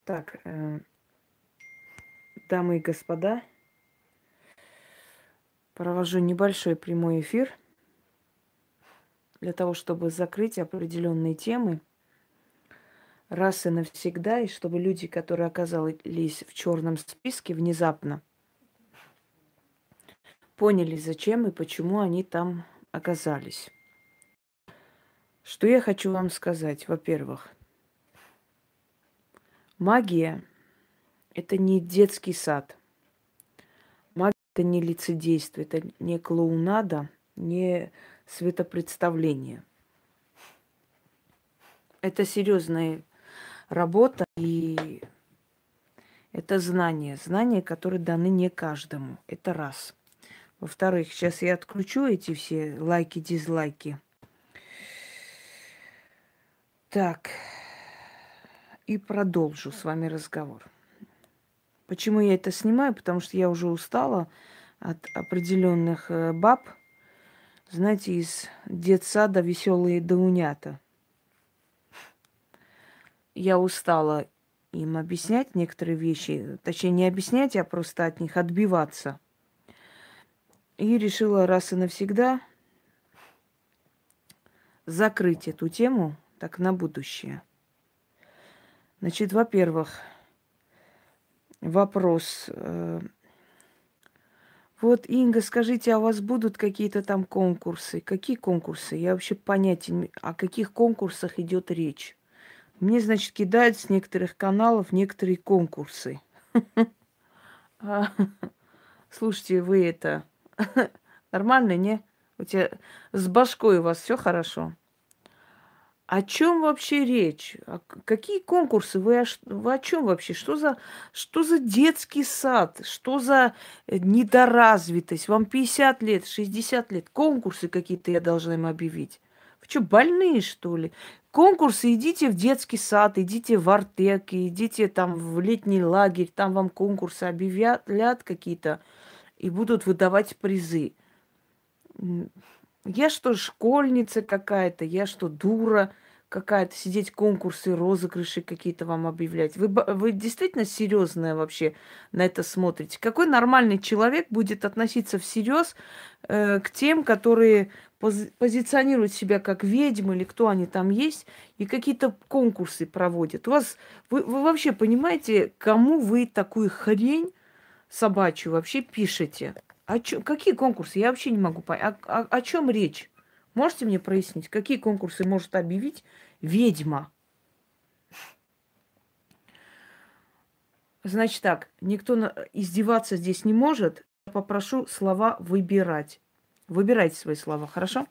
Так, дамы и господа, провожу небольшой прямой эфир для того, чтобы закрыть определенные темы раз и навсегда, и чтобы люди, которые оказались в черном списке внезапно, поняли, зачем и почему они там оказались. Что я хочу вам сказать? Во-первых, магия– это не детский сад. Магия– это не лицедейство, это не клоунада, не светопредставление. Это серьезная работа, и это знания. Знания, которые даны не каждому. Это раз. Во-вторых, сейчас я отключу эти все лайки, дизлайки. Так, и продолжу с вами разговор. Почему я это снимаю? Потому что я уже устала от определенных баб, знаете, из детсада «Веселые даунята». Я устала им объяснять некоторые вещи, точнее не объяснять, а просто от них отбиваться. И решила раз и навсегда закрыть эту тему так на будущее. Значит, во-первых, вопрос. Вот, Инга, скажите, а у вас будут какие-то там конкурсы? Какие конкурсы? Я вообще понятия не... О каких конкурсах идет речь? Мне, значит, кидают с некоторых каналов некоторые конкурсы. Слушайте, вы это... Нормально, не? У тебя с башкой у вас все хорошо? О чем вообще речь? Какие конкурсы? Вы о чем вообще? Что за детский сад? Что за недоразвитость? Вам 50 лет, 60 лет. Конкурсы какие-то я должна им объявить. Вы что, больные, что ли? Конкурсы, идите в детский сад, идите в Артек, идите там в летний лагерь, там вам конкурсы объявят какие-то и будут выдавать призы. Я что, школьница какая-то? Я что, дура какая-то? Сидеть конкурсы, розыгрыши какие-то вам объявлять? Вы действительно серьезно вообще на это смотрите? Какой нормальный человек будет относиться всерьез к тем, которые позиционируют себя как ведьмы или кто они там есть, и какие-то конкурсы проводят? Вы вообще понимаете, кому вы такую хрень собачью вообще пишете? Какие конкурсы? Я вообще не могу понять. О чем речь? Можете мне прояснить, какие конкурсы может объявить ведьма? Значит так, никто издеваться здесь не может. Я попрошу слова выбирать. Выбирайте свои слова, хорошо?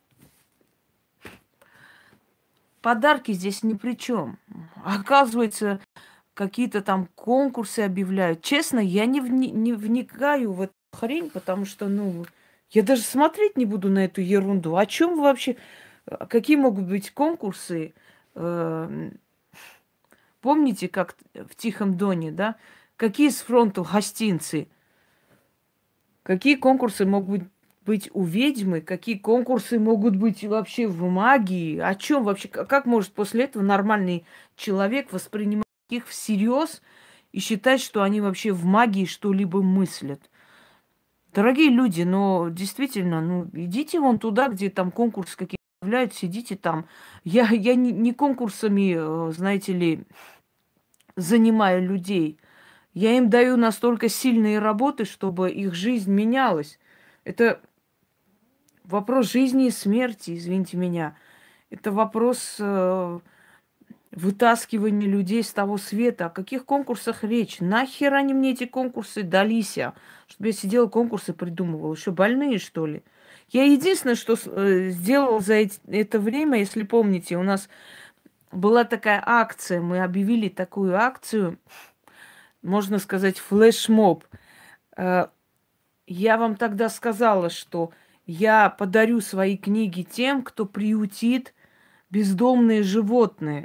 Подарки здесь ни при чем. Оказывается, какие-то там конкурсы объявляют. Честно, я не вникаю в эту хрень, потому что, я даже смотреть не буду на эту ерунду. О чем вы вообще? Какие могут быть конкурсы? Э, Помните, как в Тихом Доне, да? Какие с фронту гостинцы? Какие конкурсы могут быть у ведьмы? Какие конкурсы могут быть вообще в магии? О чем вообще? Как может после этого нормальный человек воспринимать их всерьез и считать, что они вообще в магии что-либо мыслят? Дорогие люди, но действительно, идите вон туда, где там конкурсы какие-то являются, сидите там. Я не конкурсами, знаете ли, занимаю людей. Я им даю настолько сильные работы, чтобы их жизнь менялась. Это вопрос жизни и смерти, извините меня. Это вопрос вытаскивания людей с того света. О каких конкурсах речь? Нахер они мне эти конкурсы дались? Чтобы я сидела конкурсы придумывала. Еще больные, что ли? Я единственное, что сделала за это время, если помните, у нас была такая акция, мы объявили такую акцию, можно сказать, флешмоб. Э, Я вам тогда сказала, что я подарю свои книги тем, кто приютит бездомные животные.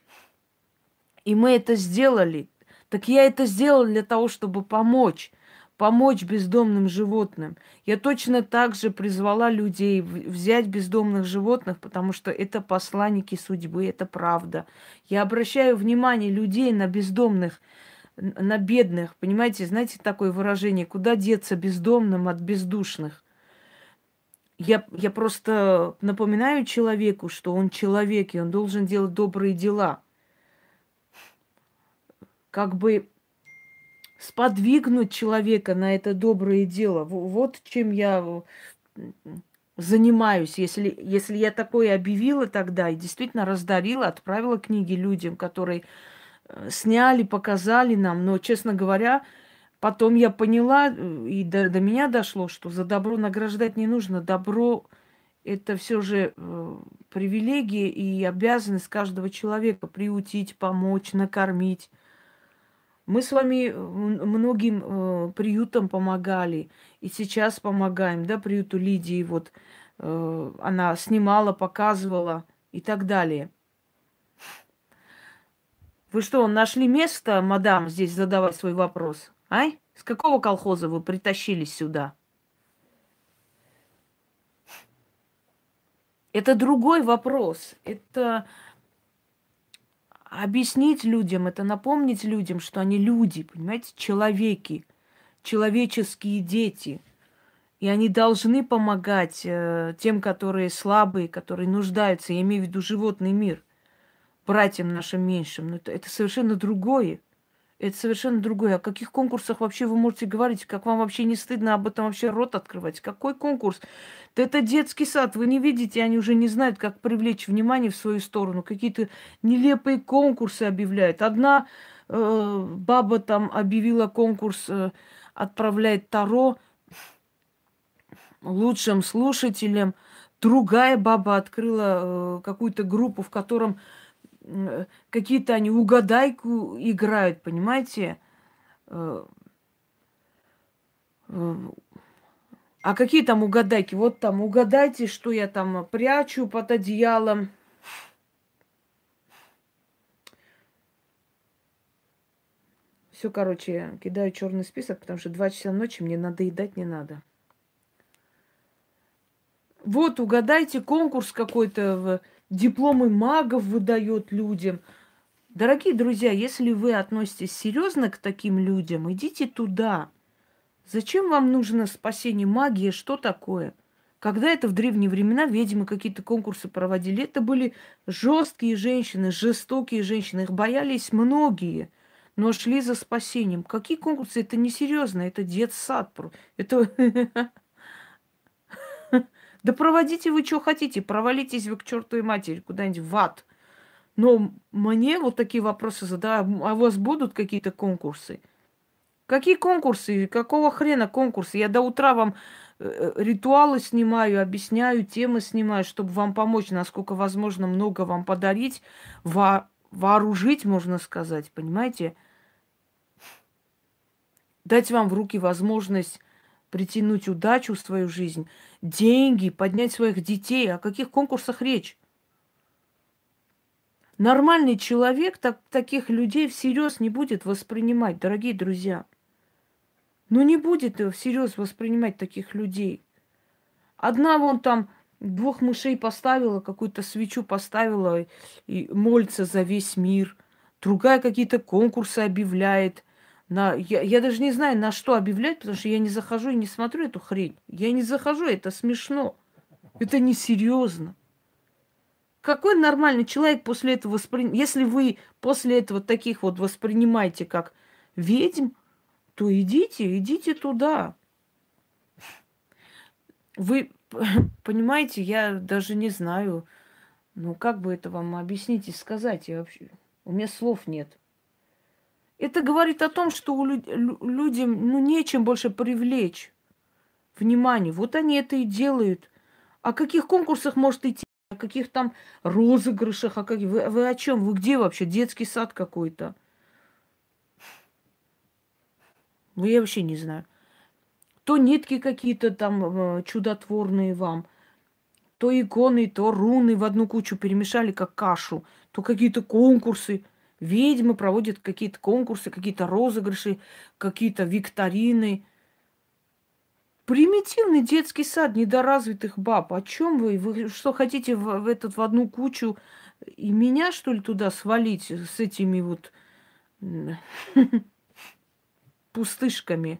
И мы это сделали. Так я это сделала для того, чтобы помочь. помочь бездомным животным. Я точно так же призвала людей взять бездомных животных, потому что это посланники судьбы, это правда. Я обращаю внимание людей на бездомных, на бедных. Понимаете, знаете такое выражение, куда деться бездомным от бездушных? Я просто напоминаю человеку, что он человек, и он должен делать добрые дела. Как бы сподвигнуть человека на это доброе дело. Вот чем я занимаюсь. Если я такое объявила тогда и действительно раздарила, отправила книги людям, которые сняли, показали нам. Но, честно говоря, потом я поняла, и до меня дошло, что за добро награждать не нужно. Добро это все же привилегия и обязанность каждого человека приутить, помочь, накормить. Мы с вами многим приютам помогали, и сейчас помогаем, да, приюту Лидии, вот она снимала, показывала и так далее. Вы что, нашли место, мадам, здесь задавать свой вопрос? Ай? С какого колхоза вы притащились сюда? Это другой вопрос. Это объяснить людям, это напомнить людям, что они люди, понимаете, человеки, человеческие дети. И они должны помогать тем, которые слабые, которые нуждаются, я имею в виду животный мир, братьям нашим меньшим. Но это совершенно другое. Это совершенно другое. О каких конкурсах вообще вы можете говорить? Как вам вообще не стыдно об этом вообще рот открывать? Какой конкурс? Да это детский сад. Вы не видите, они уже не знают, как привлечь внимание в свою сторону. Какие-то нелепые конкурсы объявляют. Одна баба там объявила конкурс, отправляет таро лучшим слушателям. Другая баба открыла какую-то группу, в котором какие-то они угадайку играют, понимаете? А какие там угадайки? Вот там угадайте, что я там прячу под одеялом. Все, короче, кидаю черный список, потому что 2 часа ночи мне надоедать не надо. Вот угадайте, конкурс какой-то, дипломы магов выдает людям. Дорогие друзья, если вы относитесь серьезно к таким людям, идите туда. Зачем вам нужно спасение магии? Что такое? Когда это в древние времена ведьмы какие-то конкурсы проводили, это были жесткие женщины, жестокие женщины. Их боялись многие, но шли за спасением. Какие конкурсы? Это несерьезно, это детсад. Это... Да проводите вы что хотите, провалитесь вы к чертовой матери куда-нибудь в ад. Но мне вот такие вопросы задают. А у вас будут какие-то конкурсы? Какие конкурсы? Какого хрена конкурсы? Я до утра вам ритуалы снимаю, объясняю, темы снимаю, чтобы вам помочь, насколько возможно, много вам подарить, вооружить, можно сказать, понимаете? Дать вам в руки возможность притянуть удачу в свою жизнь, деньги, поднять своих детей. О каких конкурсах речь? Нормальный человек таких людей всерьез не будет воспринимать, дорогие друзья. Ну, не будет всерьез воспринимать таких людей. Одна вон там 2 мышей поставила, какую-то свечу поставила и молится за весь мир. Другая какие-то конкурсы объявляет. Я даже не знаю, на что объявлять, потому что я не захожу и не смотрю эту хрень. Я не захожу, это смешно. Это несерьезно. Какой нормальный человек после этого воспринимает? Если вы после этого таких вот воспринимаете как ведьм, то идите туда. Вы понимаете, я даже не знаю, ну как бы это вам объяснить и сказать, у меня слов нет. Это говорит о том, что людям ну, нечем больше привлечь внимание. Вот они это и делают. О каких конкурсах может идти? О каких там розыгрышах? Вы о чем? Вы где вообще? Детский сад какой-то? Ну, я вообще не знаю. То нитки какие-то там чудотворные вам, то иконы, то руны в одну кучу перемешали, как кашу, то какие-то конкурсы. Ведьмы проводят какие-то конкурсы, какие-то розыгрыши, какие-то викторины. Примитивный детский сад недоразвитых баб. О чем вы? Вы что хотите в одну кучу и меня, что ли, туда свалить с этими вот м, пустышками?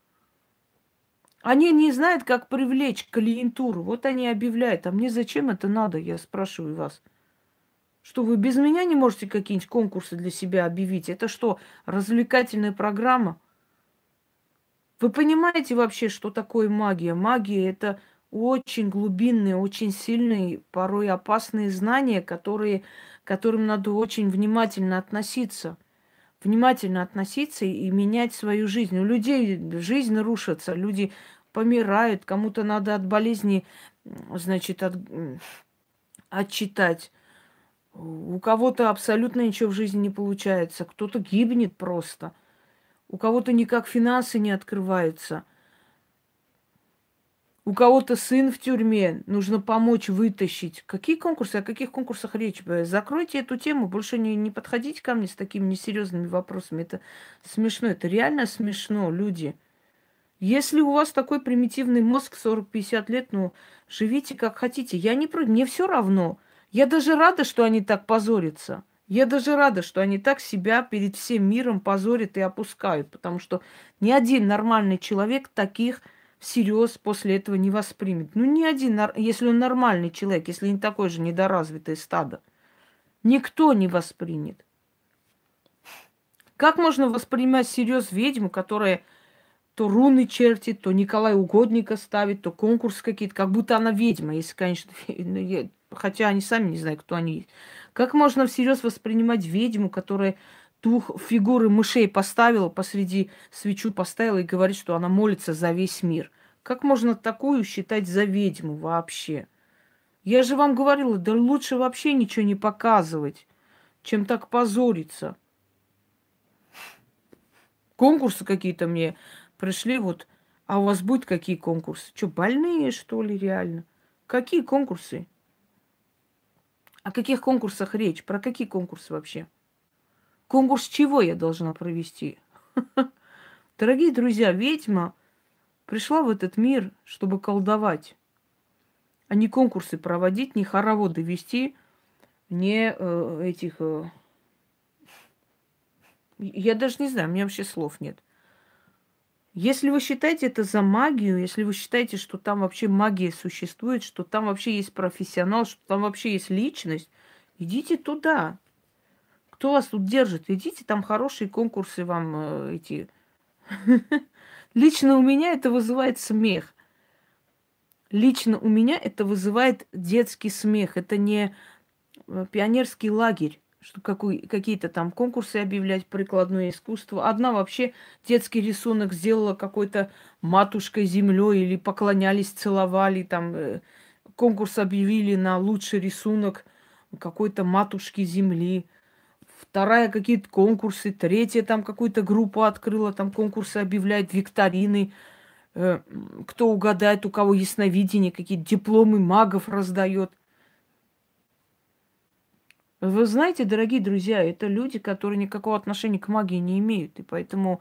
Они не знают, как привлечь клиентуру. Вот они объявляют. А мне зачем это надо, я спрашиваю вас. Что вы без меня не можете какие-нибудь конкурсы для себя объявить? Это что, развлекательная программа? Вы понимаете вообще, что такое магия? Магия – это очень глубинные, очень сильные, порой опасные знания, к которым надо очень внимательно относиться. Внимательно относиться и менять свою жизнь. У людей жизнь рушится, люди помирают, кому-то надо от болезни, значит, отчитать. У кого-то абсолютно ничего в жизни не получается, кто-то гибнет просто, у кого-то никак финансы не открываются, у кого-то сын в тюрьме, нужно помочь вытащить. Какие конкурсы? О каких конкурсах речь? Закройте эту тему, больше не подходите ко мне с такими несерьезными вопросами. Это смешно, это реально смешно, люди. Если у вас такой примитивный мозг 40-50 лет, ну, живите как хотите. Я не против, мне все равно. Я даже рада, что они так позорятся. Я даже рада, что они так себя перед всем миром позорят и опускают, потому что ни один нормальный человек таких всерьез после этого не воспримет. Ну, ни один, если он нормальный человек, если не такое же недоразвитое стадо, никто не воспримет. Как можно воспринимать всерьез ведьму, которая то руны чертит, то Николая Угодника ставит, то конкурс какие-то, как будто она ведьма, если, конечно, хотя они сами не знают, кто они есть. Как можно всерьез воспринимать ведьму, которая двух фигуры мышей поставила, посреди свечу поставила и говорит, что она молится за весь мир? Как можно такую считать за ведьму вообще? Я же вам говорила, да лучше вообще ничего не показывать, чем так позориться. Конкурсы какие-то мне пришли, вот, а у вас будет какие конкурсы? Что, больные, что ли, реально? Какие конкурсы? О каких конкурсах речь? Про какие конкурсы вообще? Конкурс чего я должна провести? Дорогие друзья, ведьма пришла в этот мир, чтобы колдовать, а не конкурсы проводить, не хороводы вести, не этих... я даже не знаю, у меня вообще слов нет. Если вы считаете это за магию, если вы считаете, что там вообще магия существует, что там вообще есть профессионал, что там вообще есть личность, идите туда. Кто вас тут держит? Идите, там хорошие конкурсы вам эти. Лично у меня это вызывает смех. Лично у меня это вызывает детский смех. Это не пионерский лагерь, что какие-то там конкурсы объявлять, прикладное искусство. Одна вообще детский рисунок сделала какой-то матушкой землей или поклонялись, целовали, там конкурс объявили на лучший рисунок какой-то матушки земли. Вторая какие-то конкурсы, третья там какую-то группу открыла, там конкурсы объявляет, викторины. Кто угадает, у кого ясновидение, какие-то дипломы магов раздает. Вы знаете, дорогие друзья, это люди, которые никакого отношения к магии не имеют. И поэтому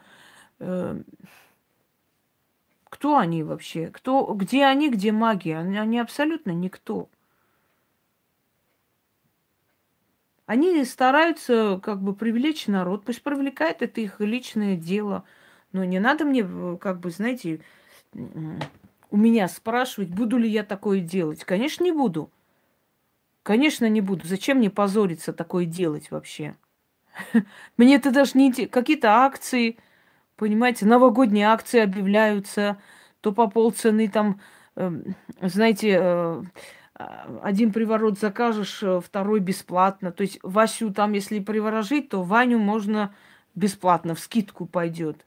кто они вообще? Где они, где магия? Они абсолютно никто. Они стараются как бы привлечь народ. Пусть привлекает, это их личное дело. Но не надо мне, как бы, знаете, у меня спрашивать, буду ли я такое делать. Конечно, не буду. Конечно, не буду. Зачем мне позориться такое делать вообще? Мне это даже не интересно. Какие-то акции, понимаете, новогодние акции объявляются, то по полцены там, знаете, один приворот закажешь, второй бесплатно. То есть Васю там, если приворожить, то Ваню можно бесплатно, в скидку пойдет.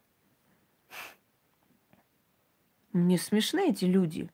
Мне смешны эти люди.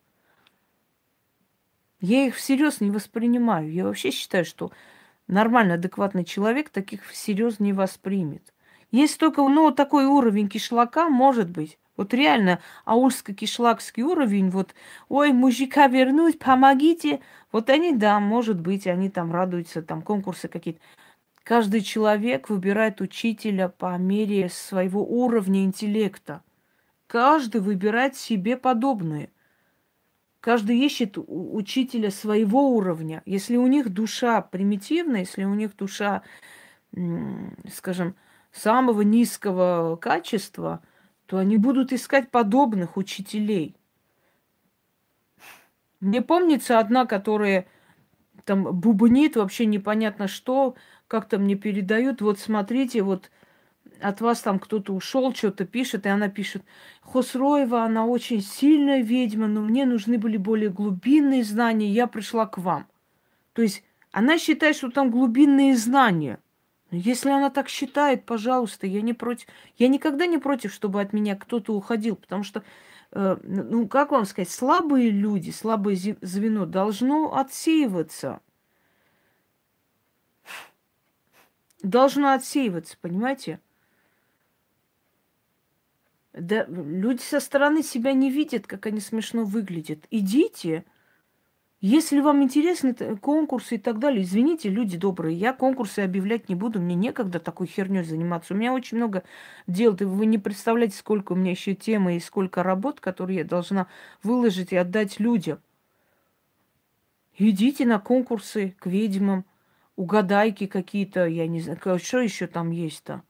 Я их всерьез не воспринимаю. Я вообще считаю, что нормально, адекватный человек таких всерьез не воспримет. Есть только, ну, такой уровень кишлака, может быть. Вот реально, аульско-кишлакский уровень, вот, ой, мужика вернуть, помогите. Вот они, да, может быть, они там радуются, там конкурсы какие-то. Каждый человек выбирает учителя по мере своего уровня интеллекта. каждый выбирает себе подобное. Каждый ищет учителя своего уровня. Если у них душа примитивная, если у них душа, скажем, самого низкого качества, то они будут искать подобных учителей. Мне помнится одна, которая там бубнит, вообще непонятно что, как-то мне передают, вот смотрите, вот от вас там кто-то ушел, что-то пишет, и она пишет: Хосроева, она очень сильная ведьма, но мне нужны были более глубинные знания, я пришла к вам. То есть она считает, что там глубинные знания. Но если она так считает, пожалуйста, я не против. Я никогда не против, чтобы от меня кто-то уходил, потому что, ну, как вам сказать, слабые люди, слабое звено должно отсеиваться. Должно отсеиваться, понимаете? Да, люди со стороны себя не видят, как они смешно выглядят. Идите, если вам интересны конкурсы и так далее. Извините, люди добрые, я конкурсы объявлять не буду, мне некогда такой херней заниматься. У меня очень много дел, вы не представляете, сколько у меня еще темы и сколько работ, которые я должна выложить и отдать людям. Идите на конкурсы к ведьмам, угадайки какие-то, я не знаю, что еще там есть-то.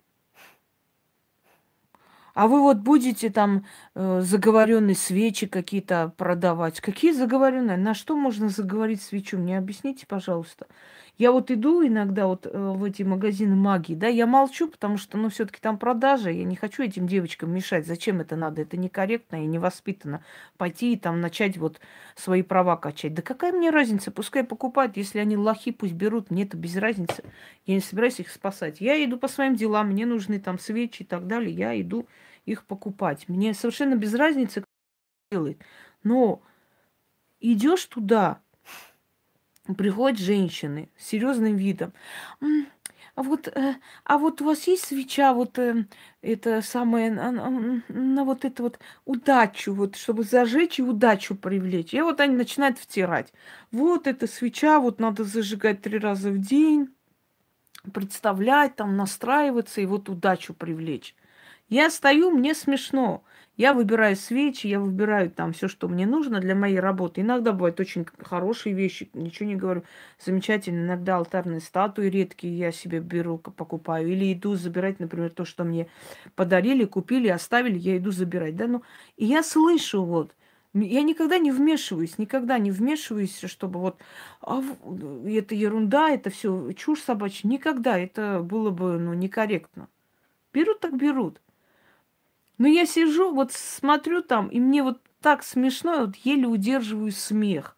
А вы вот будете там заговоренные свечи какие-то продавать. Какие заговоренные? На что можно заговорить свечу? Мне объясните, пожалуйста. Я вот иду иногда вот в эти магазины магии, да, я молчу, потому что, ну, все-таки там продажа, я не хочу этим девочкам мешать. Зачем это надо? Это некорректно и невоспитанно. Пойти и там начать вот свои права качать. Да какая мне разница? Пускай покупают, если они лохи, пусть берут, мне это без разницы. Я не собираюсь их спасать. Я иду по своим делам, мне нужны там свечи и так далее, я иду их покупать. Мне совершенно без разницы, кто делает. Но идешь туда, приходят женщины с серьезным видом. А вот, а вот у вас есть свеча, вот это самое, на вот это вот удачу, вот, чтобы зажечь и удачу привлечь. И вот они начинают втирать. Вот эта свеча, вот надо зажигать 3 раза в день, представлять, там, настраиваться и вот удачу привлечь. Я стою, мне смешно. Я выбираю свечи, я выбираю там все, что мне нужно для моей работы. Иногда бывают очень хорошие вещи, ничего не говорю. Замечательно. Иногда алтарные статуи редкие я себе беру, покупаю. Или иду забирать, например, то, что мне подарили, купили, оставили, я иду забирать. Да? Ну, и я слышу вот. Я никогда не вмешиваюсь, чтобы вот это ерунда, это все чушь собачья. Никогда. Это было бы ну, некорректно. Берут так берут. Но я сижу, вот смотрю там, и мне вот так смешно, вот еле удерживаю смех.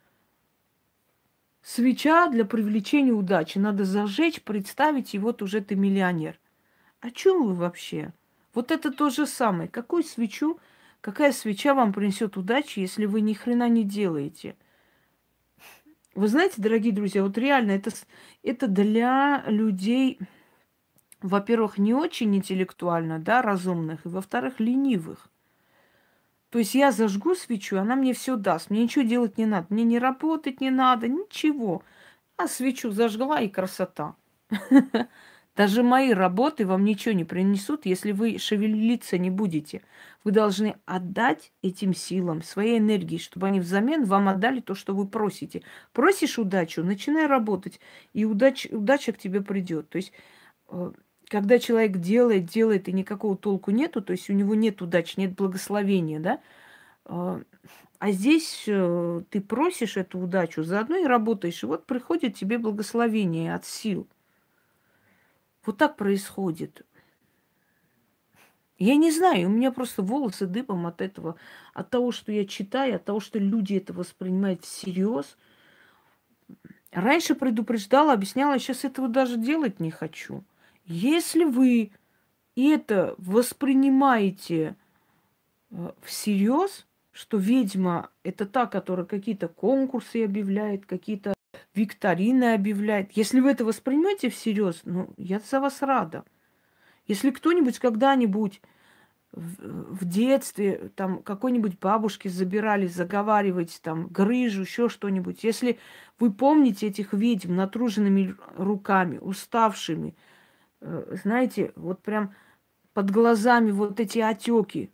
Свеча для привлечения удачи. Надо зажечь, представить, и вот уже ты миллионер. О чем вы вообще? Вот это то же самое. Какая свеча вам принесет удачи, если вы ни хрена не делаете? Вы знаете, дорогие друзья, вот реально это для людей, во-первых, не очень интеллектуально, да, разумных, и во-вторых, ленивых. То есть я зажгу свечу, она мне все даст. Мне ничего делать не надо. Мне не работать не надо, ничего. А свечу зажгла и красота. Даже мои работы вам ничего не принесут, если вы шевелиться не будете. Вы должны отдать этим силам, своей энергии, чтобы они взамен вам отдали то, что вы просите. Просишь удачу, начинай работать, и удача к тебе придет. То есть когда человек делает, и никакого толку нету, то есть у него нет удачи, нет благословения, да, а здесь ты просишь эту удачу, заодно и работаешь, и вот приходит тебе благословение от сил. Вот так происходит. Я не знаю, у меня просто волосы дыбом от этого, от того, что я читаю, от того, что люди это воспринимают всерьез. Раньше предупреждала, объясняла, сейчас этого даже делать не хочу. Если вы это воспринимаете всерьез, что ведьма это та, которая какие-то конкурсы объявляет, какие-то викторины объявляет. Если вы это воспринимаете всерьез, ну, я за вас рада. Если кто-нибудь когда-нибудь в детстве там какой-нибудь бабушке забирали, заговаривать, там, грыжу, еще что-нибудь. Если вы помните этих ведьм натруженными руками, уставшими, знаете, вот прям под глазами вот эти отеки,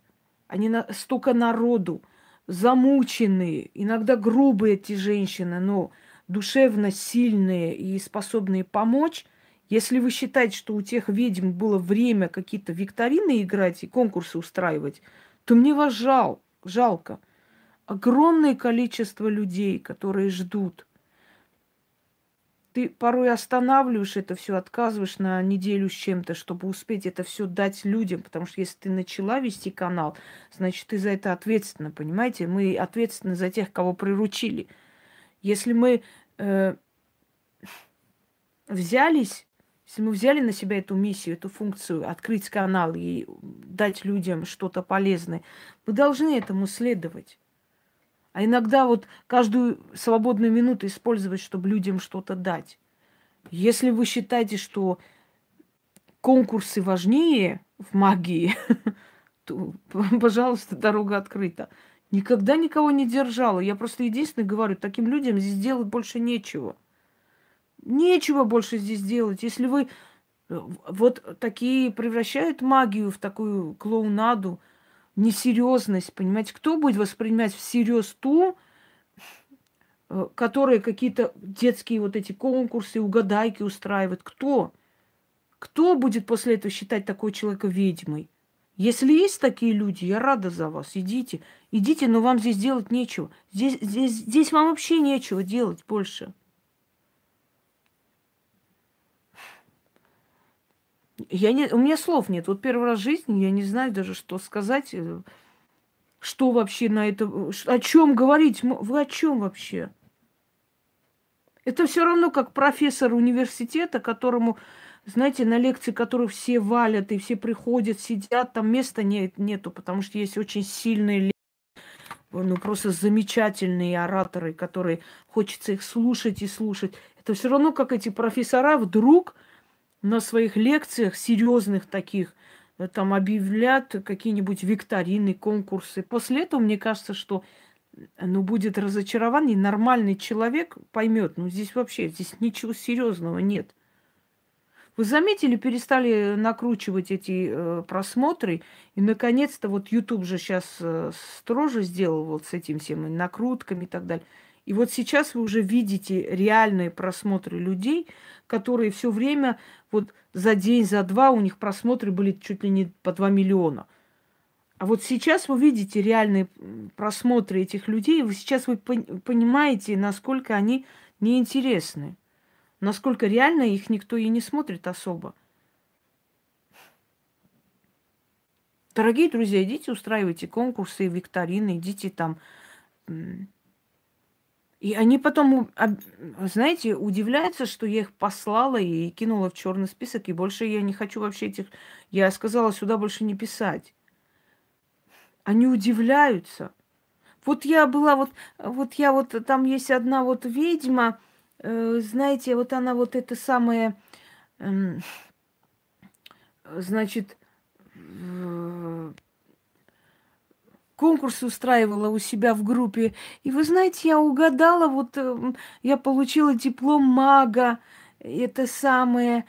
Они столько народу, замученные, иногда грубые эти женщины, но душевно сильные и способные помочь. Если вы считаете, что у тех ведьм было время какие-то викторины играть и конкурсы устраивать, то мне вас жалко. Огромное количество людей, которые ждут. Ты порой останавливаешь это все, отказываешь на неделю с чем-то, чтобы успеть это все дать людям. Потому что если ты начала вести канал, значит, ты за это ответственна, понимаете? Мы ответственны за тех, кого приручили. Если мы э, взялись, если мы взяли на себя эту миссию, эту функцию, открыть канал и дать людям что-то полезное, мы должны этому следовать. А иногда вот каждую свободную минуту использовать, чтобы людям что-то дать. Если вы считаете, что конкурсы важнее в магии, то, пожалуйста, дорога открыта. Никогда никого не держала. Я просто единственное говорю, таким людям здесь делать больше нечего. Нечего больше здесь делать. Если вы вот такие превращают магию в такую клоунаду, несерьезность, понимаете, кто будет воспринимать всерьез ту, которые какие-то детские вот эти конкурсы, угадайки устраивают? Кто? Кто будет после этого считать такого человека ведьмой? Если есть такие люди, я рада за вас. Идите, идите, но вам здесь делать нечего. Здесь вам вообще нечего делать больше. У меня слов нет. Вот первый раз в жизни я не знаю даже, что сказать, что вообще на это, о чем говорить. Вы о чем вообще? Это все равно как профессор университета, которому, знаете, на лекции, которые все валят и все приходят, сидят, там места нету, потому что есть очень сильные, ну просто замечательные ораторы, которые хочется их слушать и слушать. Это все равно как эти профессора вдруг на своих лекциях серьезных таких там объявлят какие-нибудь викторины, конкурсы. После этого мне кажется, что ну, будет разочарование, нормальный человек поймет, ну, здесь вообще, здесь ничего серьезного нет. Вы заметили, перестали накручивать эти просмотры, и, наконец-то, вот YouTube же сейчас строже сделал вот с этим всем, накрутками и так далее. И вот сейчас вы уже видите реальные просмотры людей, которые все время, вот за день, за два у них просмотры были чуть ли не по 2 миллиона. А вот сейчас вы видите реальные просмотры этих людей, вы понимаете, насколько они неинтересны, насколько реально их никто и не смотрит особо. Дорогие друзья, идите устраивайте конкурсы, викторины, идите там. И они потом, знаете, удивляются, что я их послала и кинула в черный список, и больше я не хочу вообще этих... Я сказала, сюда больше не писать. Они удивляются. Вот я была там есть одна вот ведьма, знаете, вот она вот это самое, значит, конкурс устраивала у себя в группе. И вы знаете, я угадала, я получила диплом мага, это самое.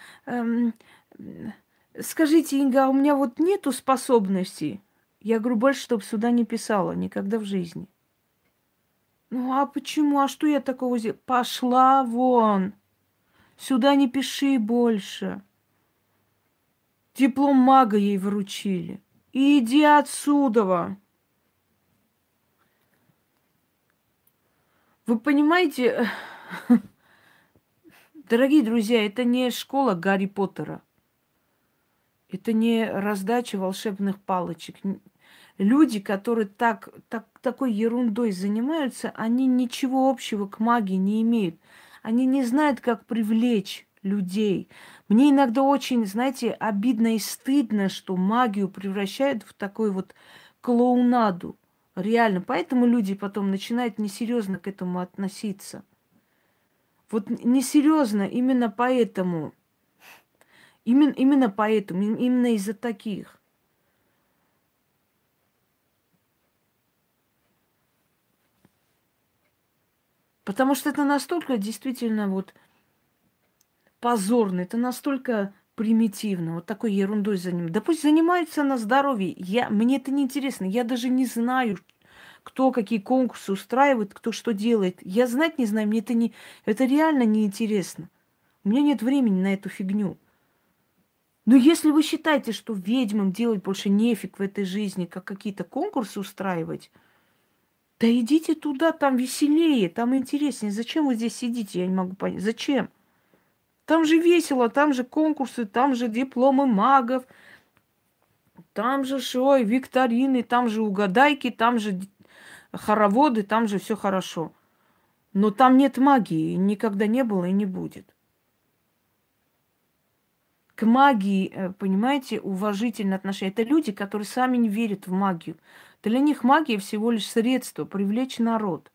Скажите, Инга, а у меня вот нету способностей. Я говорю, больше, чтобы сюда не писала, никогда в жизни. Ну а почему? А что я такого сделала? Пошла вон. Сюда не пиши больше. Диплом мага ей вручили. Иди отсюда. Вы понимаете, дорогие друзья, это не школа Гарри Поттера. Это не раздача волшебных палочек. Люди, которые такой ерундой занимаются, они ничего общего к магии не имеют. Они не знают, как привлечь людей. Мне иногда очень, знаете, обидно и стыдно, что магию превращают в такой вот клоунаду. Реально. Поэтому люди потом начинают несерьезно к этому относиться. Вот несерьезно именно поэтому. Именно поэтому, именно из-за таких. Потому что это настолько действительно вот позорно, это настолько примитивно, вот такой ерундой занимаются. Да пусть занимаются на здоровье. Мне это не интересно. Я даже не знаю, кто какие конкурсы устраивает, кто что делает. Я знать не знаю, мне это реально не интересно. У меня нет времени на эту фигню. Но если вы считаете, что ведьмам делать больше нефиг в этой жизни, как какие-то конкурсы устраивать, да идите туда, там веселее, там интереснее. Зачем вы здесь сидите, я не могу понять. Зачем? Там же весело, там же конкурсы, там же дипломы магов, там же шой, викторины, там же угадайки, там же хороводы, там же все хорошо. Но там нет магии, никогда не было и не будет. К магии, понимаете, уважительное отношение. Это люди, которые сами не верят в магию. Для них магия всего лишь средство привлечь народ.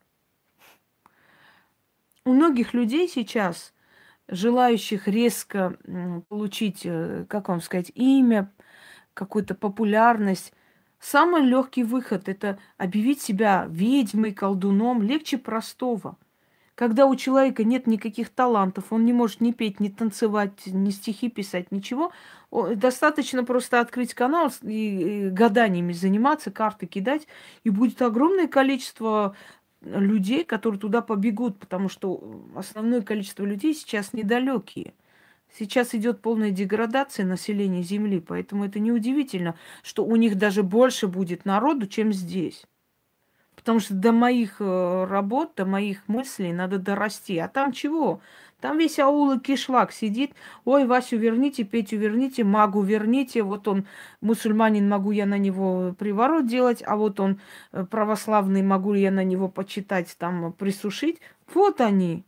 У многих людей сейчас, желающих резко получить, как вам сказать, имя, какую-то популярность, самый легкий выход – это объявить себя ведьмой, колдуном, легче простого. Когда у человека нет никаких талантов, он не может ни петь, ни танцевать, ни стихи писать, ничего, достаточно просто открыть канал и гаданиями заниматься, карты кидать, и будет огромное количество людей, которые туда побегут, потому что основное количество людей сейчас недалекие. Сейчас идет полная деградация населения Земли, поэтому это неудивительно, что у них даже больше будет народу, чем здесь. Потому что до моих работ, до моих мыслей надо дорасти. А там чего? Там весь аул и кишлак сидит. Ой, Васю верните, Петю верните, магу верните. Вот он мусульманин, могу я на него приворот делать. А вот он православный, могу я на него почитать, там, присушить. Вот они.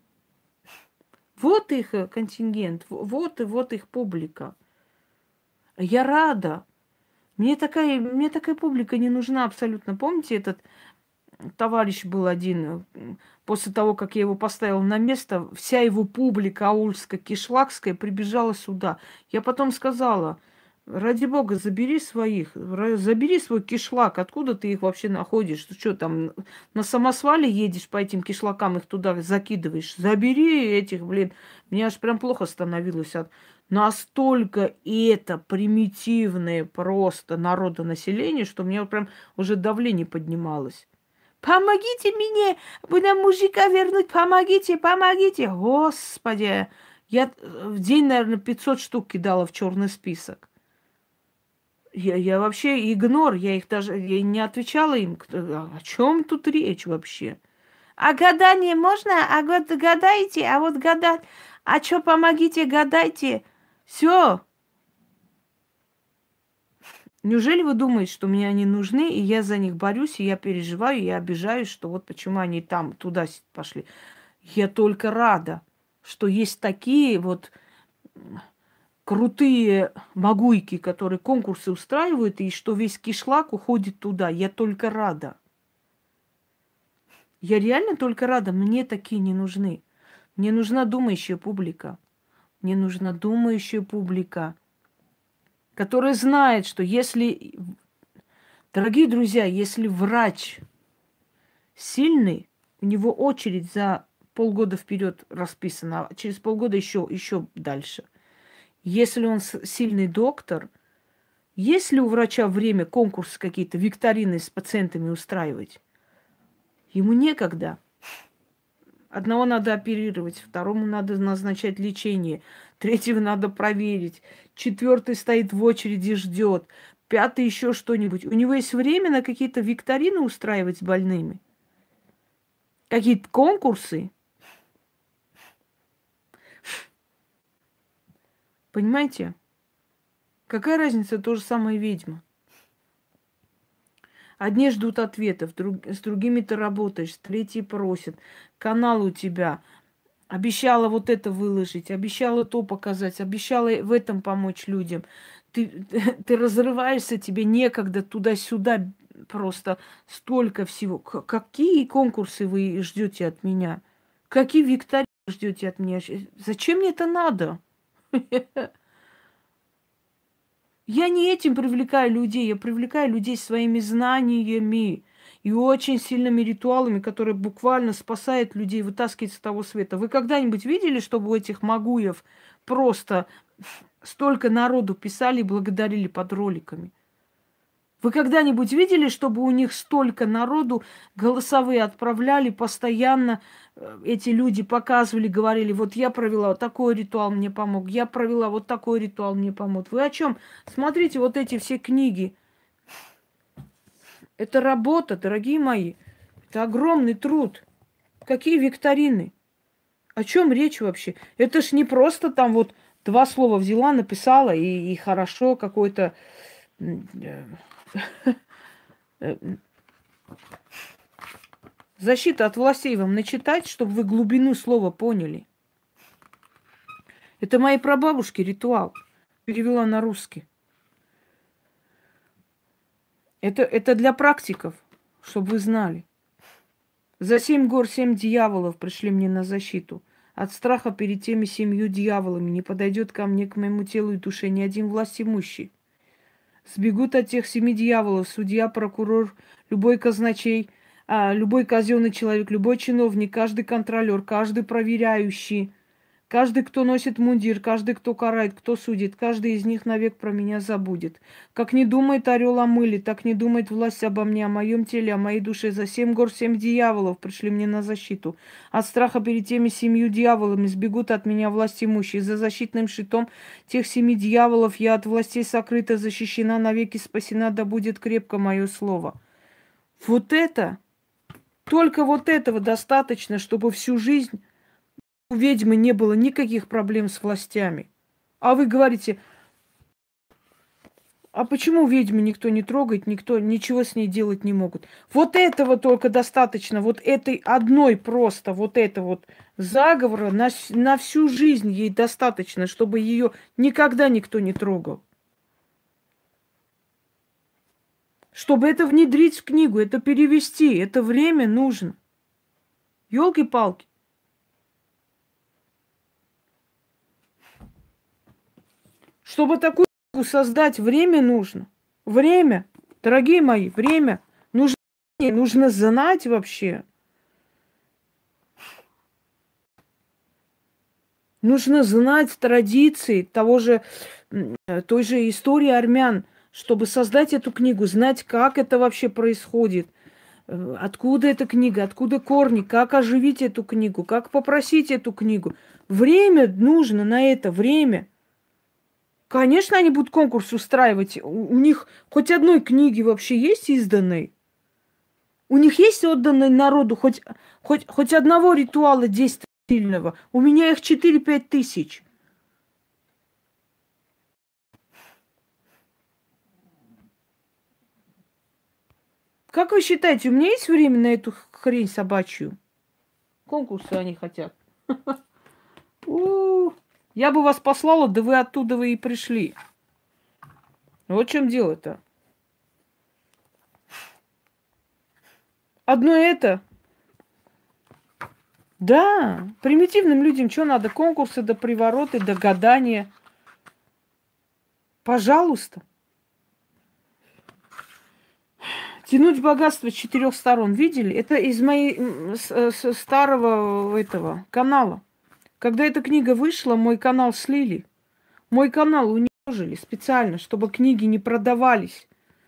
Вот их контингент. Вот их публика. Я рада. Мне такая публика не нужна абсолютно. Помните, этот товарищ был один, после того, как я его поставила на место, вся его публика аульская, кишлакская прибежала сюда. Я потом сказала, ради бога, забери свой кишлак, откуда ты их вообще находишь? Ты что, там на самосвале едешь по этим кишлакам, их туда закидываешь? Забери этих, блин. Мне аж прям плохо становилось от... Настолько это примитивное просто народонаселение, что у меня прям уже давление поднималось. Помогите мне, на мужика вернуть, помогите, помогите. Господи, я в день, наверное, 500 штук кидала в черный список. Я вообще игнор, я не отвечала им, о чем тут речь вообще. А гадание можно? А вот гадайте, а вот гадать. А что, помогите, гадайте. Все. Неужели вы думаете, что мне они нужны, и я за них борюсь, и я переживаю, и я обижаюсь, что вот почему они там, туда пошли? Я только рада, что есть такие вот крутые магуйки, которые конкурсы устраивают, и что весь кишлак уходит туда. Я только рада. Я реально только рада. Мне такие не нужны. Мне нужна думающая публика. Мне нужна думающая публика, которая знает, что если... Дорогие друзья, если врач сильный, у него очередь за полгода вперед расписана, а через полгода еще дальше. Если он сильный доктор, есть ли у врача время конкурсы какие-то, викторины с пациентами устраивать? Ему некогда. Одного надо оперировать, второму надо назначать лечение, третьего надо проверить, четвертый стоит в очереди, ждет, пятый еще что-нибудь. У него есть время на какие-то викторины устраивать с больными? Какие-то конкурсы? Понимаете? Какая разница, то же самое ведьма. Одни ждут ответов, с другими ты работаешь, третьи просят. Канал у тебя. Обещала вот это выложить, обещала то показать, обещала в этом помочь людям. Ты разрываешься, тебе некогда туда-сюда, просто столько всего. Какие конкурсы вы ждете от меня? Какие викторины ждете от меня? Зачем мне это надо? Я не этим привлекаю людей, я привлекаю людей своими знаниями и очень сильными ритуалами, которые буквально спасают людей, вытаскивают с того света. Вы когда-нибудь видели, чтобы у этих магуев просто столько народу писали и благодарили под роликами. Вы когда-нибудь видели, чтобы у них столько народу голосовые отправляли, постоянно эти люди показывали, говорили, вот я провела вот такой ритуал, мне помог, я провела вот такой ритуал, мне помог. Вы о чем? Смотрите, вот эти все книги. Это работа, дорогие мои. Это огромный труд. Какие викторины? О чем речь вообще? Это ж не просто там вот 2 слова взяла, написала, и хорошо какой-то... Защита от властей вам начитать, чтобы вы глубину слова поняли. Это моей прабабушки ритуал. Перевела на русский. Это для практиков, чтобы вы знали. За 7 гор 7 дьяволов пришли мне на защиту. От страха перед теми 7 дьяволами не подойдет ко мне, к моему телу и душе ни один властимущий. Сбегут от тех 7 дьяволов судья, прокурор, любой казначей, любой казенный человек, любой чиновник, каждый контролер, каждый проверяющий, каждый, кто носит мундир, каждый, кто карает, кто судит, каждый из них навек про меня забудет. Как не думает орел о мыле, так не думает власть обо мне, о моем теле, о моей душе. За 7 гор 7 дьяволов пришли мне на защиту. От страха перед теми 7 дьяволами сбегут от меня власть имущие. За защитным щитом тех 7 дьяволов я от властей сокрыта, защищена, навеки спасена, да будет крепко мое слово. Вот это, только вот этого достаточно, чтобы всю жизнь у ведьмы не было никаких проблем с властями. А вы говорите, а почему ведьму никто не трогает, никто ничего с ней делать не могут? Вот этого только достаточно, вот этой одной просто, вот это вот заговора на всю жизнь ей достаточно, чтобы ее никогда никто не трогал. Чтобы это внедрить в книгу, это перевести, это время нужно. Ёлки-палки. Чтобы такую создать, время нужно. Время, дорогие мои, время. Нужно знать вообще. Нужно знать традиции той же истории армян, чтобы создать эту книгу, знать, как это вообще происходит, откуда эта книга, откуда корни, как оживить эту книгу, как попросить эту книгу. Время нужно на это, время. Конечно, они будут конкурс устраивать. У них хоть одной книги вообще есть изданной? У них есть отданной народу хоть одного ритуала действительного? У меня их 4-5 тысяч. Как вы считаете, у меня есть время на эту хрень собачью? Конкурсы они хотят. Я бы вас послала, да вы оттуда вы и пришли. Вот в чем дело-то. Одно это. Да, примитивным людям что надо? Конкурсы, да привороты, да гадания. Пожалуйста. Тянуть богатство с 4 сторон. Видели? Это из моей старого этого канала. Когда эта книга вышла, мой канал слили. Мой канал уничтожили специально, чтобы книги не продавались.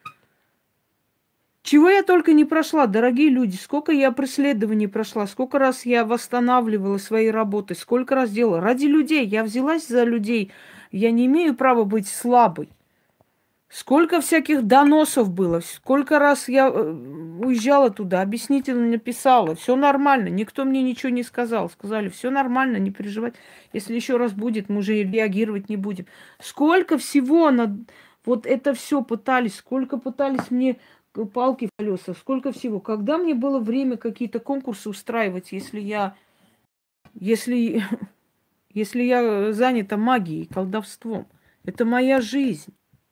Чего я только не прошла, дорогие люди. Сколько я преследований прошла, сколько раз я восстанавливала свои работы, сколько раз делала. Ради людей. Я взялась за людей. Я не имею права быть слабой. Сколько всяких доносов было, сколько раз я уезжала туда, объяснительно написала, все нормально, никто мне ничего не сказал. Сказали, все нормально, не переживать. Если еще раз будет, мы уже реагировать не будем. Сколько всего вот это все пытались, сколько пытались мне палки в колеса, сколько всего. Когда мне было время какие-то конкурсы устраивать, если я занята магией, колдовством? Это моя жизнь.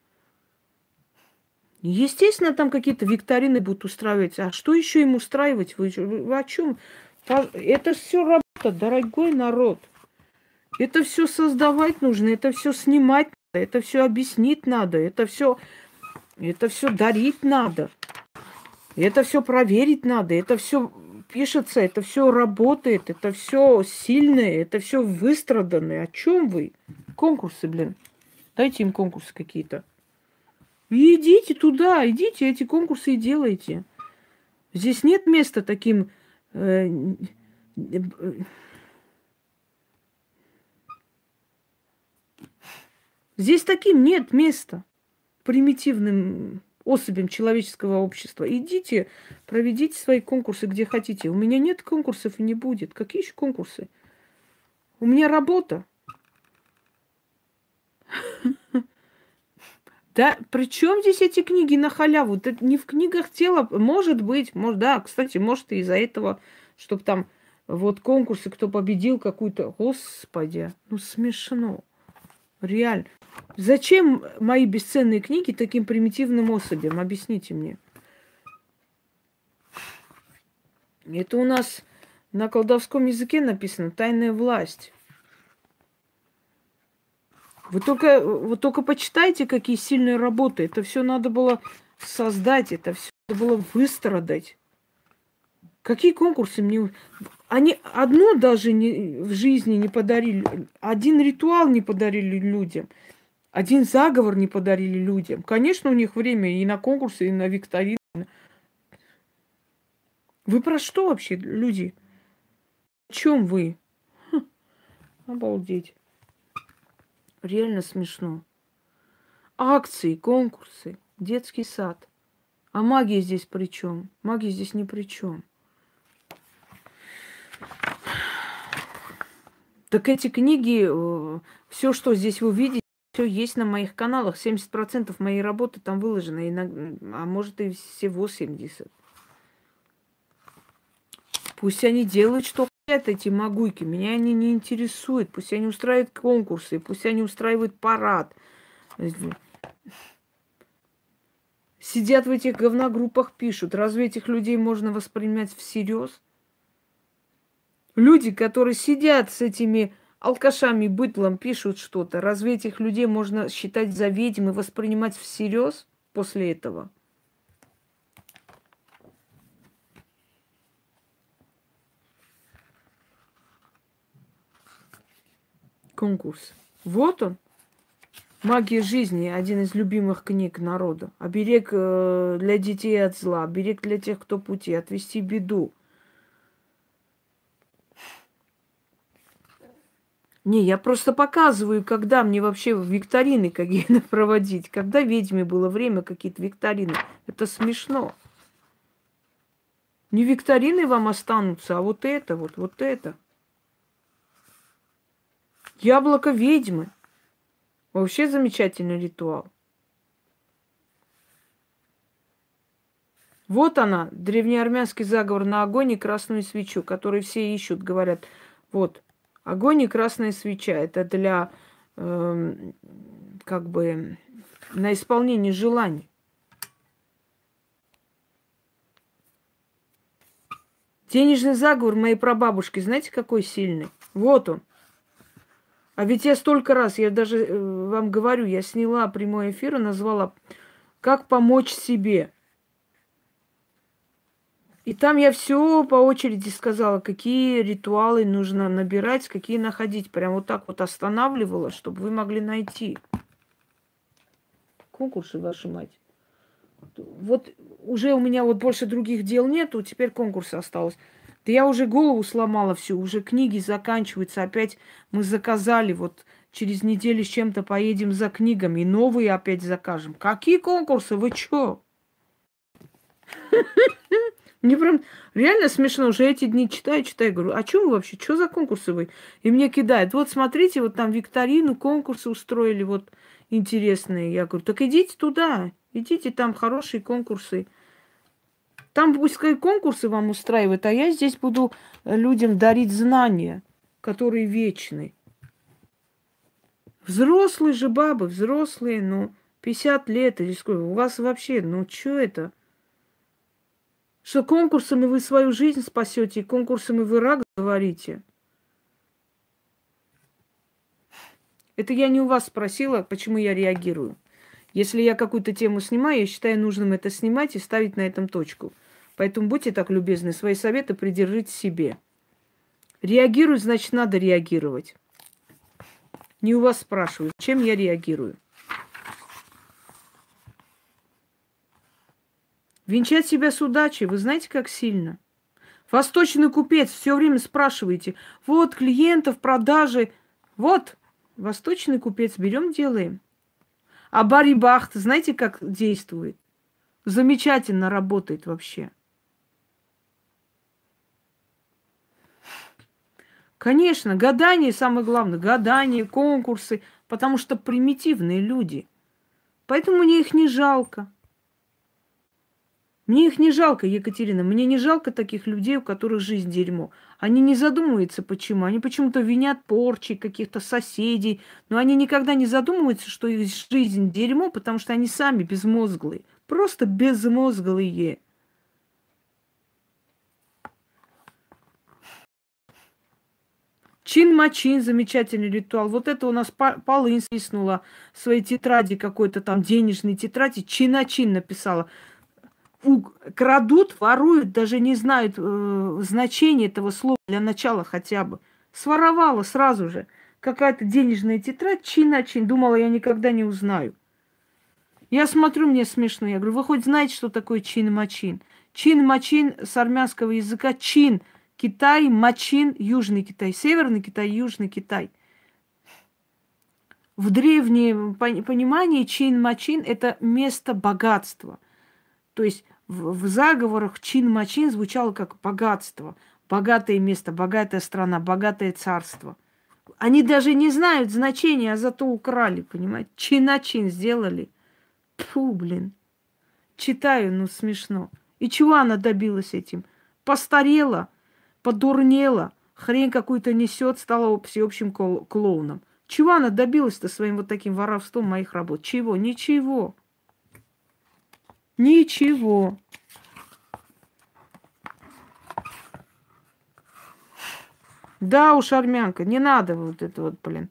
Естественно, там какие-то викторины будут устраивать. А что еще им устраивать? Вы о чем? Это все работа, дорогой народ. Это все создавать нужно, это все снимать надо, это все объяснить надо, это все дарить надо, это все проверить надо, это все пишется, это все работает, это все сильное, это все выстраданное. О чем вы? Конкурсы, блин. Дайте им конкурсы какие-то. И идите туда, идите, эти конкурсы и делайте. Здесь нет места таким... Здесь таким нет места примитивным особям человеческого общества. Идите, проведите свои конкурсы где хотите. У меня нет конкурсов и не будет. Какие еще конкурсы? У меня работа. Да, при чем здесь эти книги на халяву? Это не в книгах дело. Может быть, может, да, кстати, может, и из-за этого, чтобы там вот конкурсы, кто победил какую-то... Господи, ну смешно. Реально. Зачем мои бесценные книги таким примитивным особям? Объясните мне. Это у нас на колдовском языке написано «Тайная власть». Вы только почитайте, какие сильные работы. Это все надо было создать, это все надо было выстрадать. Какие конкурсы мне... Они одно даже в жизни не подарили. Один ритуал не подарили людям. Один заговор не подарили людям. Конечно, у них время и на конкурсы, и на викторины. Вы про что вообще, люди? О чем вы? Обалдеть. Реально смешно. Акции, конкурсы, детский сад. А магия здесь при чем? Магия здесь ни при чем. Так эти книги, все, что здесь вы видите, все есть на моих каналах. 70% моей работы там выложено, а может и всего 70%. Пусть они делают, что хотят, эти магуйки. Меня они не интересуют. Пусть они устраивают конкурсы, пусть они устраивают парад. Сидят в этих говногруппах, пишут. Разве этих людей можно воспринимать всерьез? Люди, которые сидят с этими алкашами, быдлом, пишут что-то. Разве этих людей можно считать за ведьм и воспринимать всерьез после этого? Конкурс. Вот он. «Магия жизни» – один из любимых книг народа. Оберег для детей от зла, оберег для тех, кто пути, отвести беду. Не, я просто показываю, когда мне вообще викторины какие-то проводить. Когда ведьме было время какие-то викторины. Это смешно. Не викторины вам останутся, а вот это, вот это. Яблоко ведьмы. Вообще замечательный ритуал. Вот она, древнеармянский заговор на огонь и красную свечу, который все ищут, говорят, вот, огонь и красная свеча, это для, как бы, на исполнение желаний. Денежный заговор моей прабабушки, знаете, какой сильный? Вот он. А ведь я столько раз, я даже вам говорю, я сняла прямой эфир и назвала «Как помочь себе». И там я все по очереди сказала, какие ритуалы нужно набирать, какие находить. Прям вот так вот останавливала, чтобы вы могли найти. Конкурсы, вашу мать. Вот уже у меня вот больше других дел нету, теперь конкурсы осталось. Да я уже голову сломала всю, уже книги заканчиваются. Опять мы заказали, вот через неделю с чем-то поедем за книгами, и новые опять закажем. Какие конкурсы? Вы чё? Мне прям реально смешно, уже эти дни читаю, говорю, а что вы вообще, что за конкурсы вы? И мне кидают, вот смотрите, вот там викторину, конкурсы устроили, вот интересные. Я говорю, так идите туда, идите, там хорошие конкурсы. Там пускай конкурсы вам устраивают, а я здесь буду людям дарить знания, которые вечны. Взрослые же бабы, взрослые, ну, 50 лет или сколько. У вас вообще, ну, что это? Что конкурсами вы свою жизнь спасете, конкурсами вы рак говорите. Это я не у вас спросила, почему я реагирую. Если я какую-то тему снимаю, я считаю нужным это снимать и ставить на этом точку. Поэтому будьте так любезны, свои советы придержите себе. Реагировать, значит, надо реагировать. Не у вас спрашиваю, чем я реагирую. Венчать себя с удачей, вы знаете, как сильно? Восточный купец, все время спрашиваете, вот клиентов, продажи, вот, восточный купец, берем, делаем. А Барибахт, знаете, как действует? Замечательно работает вообще. Конечно, гадание самое главное. Гадание, конкурсы, потому что примитивные люди. Поэтому мне их не жалко. Мне их не жалко, Екатерина. Мне не жалко таких людей, у которых жизнь дерьмо. Они не задумываются, почему. Они почему-то винят порчи каких-то соседей. Но они никогда не задумываются, что их жизнь дерьмо, потому что они сами безмозглые. Просто безмозглые. Чин-мачин, замечательный ритуал. Вот это у нас Полынь свистнула в своей тетради, какой-то там денежной тетради. Чин-чин написала. Крадут, воруют, даже не знают значения этого слова для начала хотя бы. Своровала сразу же. Какая-то денежная тетрадь, чин-чин. Думала, я никогда не узнаю. Я смотрю, мне смешно. Я говорю, вы хоть знаете, что такое чин-мачин? Чин-мачин с армянского языка чин. Китай, мачин, Южный Китай. Северный Китай, Южный Китай. В древнем понимании чин-мачин – это место богатства. То есть в заговорах чин-мачин звучало как богатство. Богатое место, богатая страна, богатое царство. Они даже не знают значения, а зато украли, понимаете? Чин-чин сделали. Фу, блин. Читаю, ну смешно. И чего она добилась этим? Постарела, подурнела, хрень какую-то несет, стала всеобщим клоуном. Чего она добилась-то своим вот таким воровством моих работ? Чего? Ничего. Ничего. Да уж, армянка, не надо вот это вот, блин.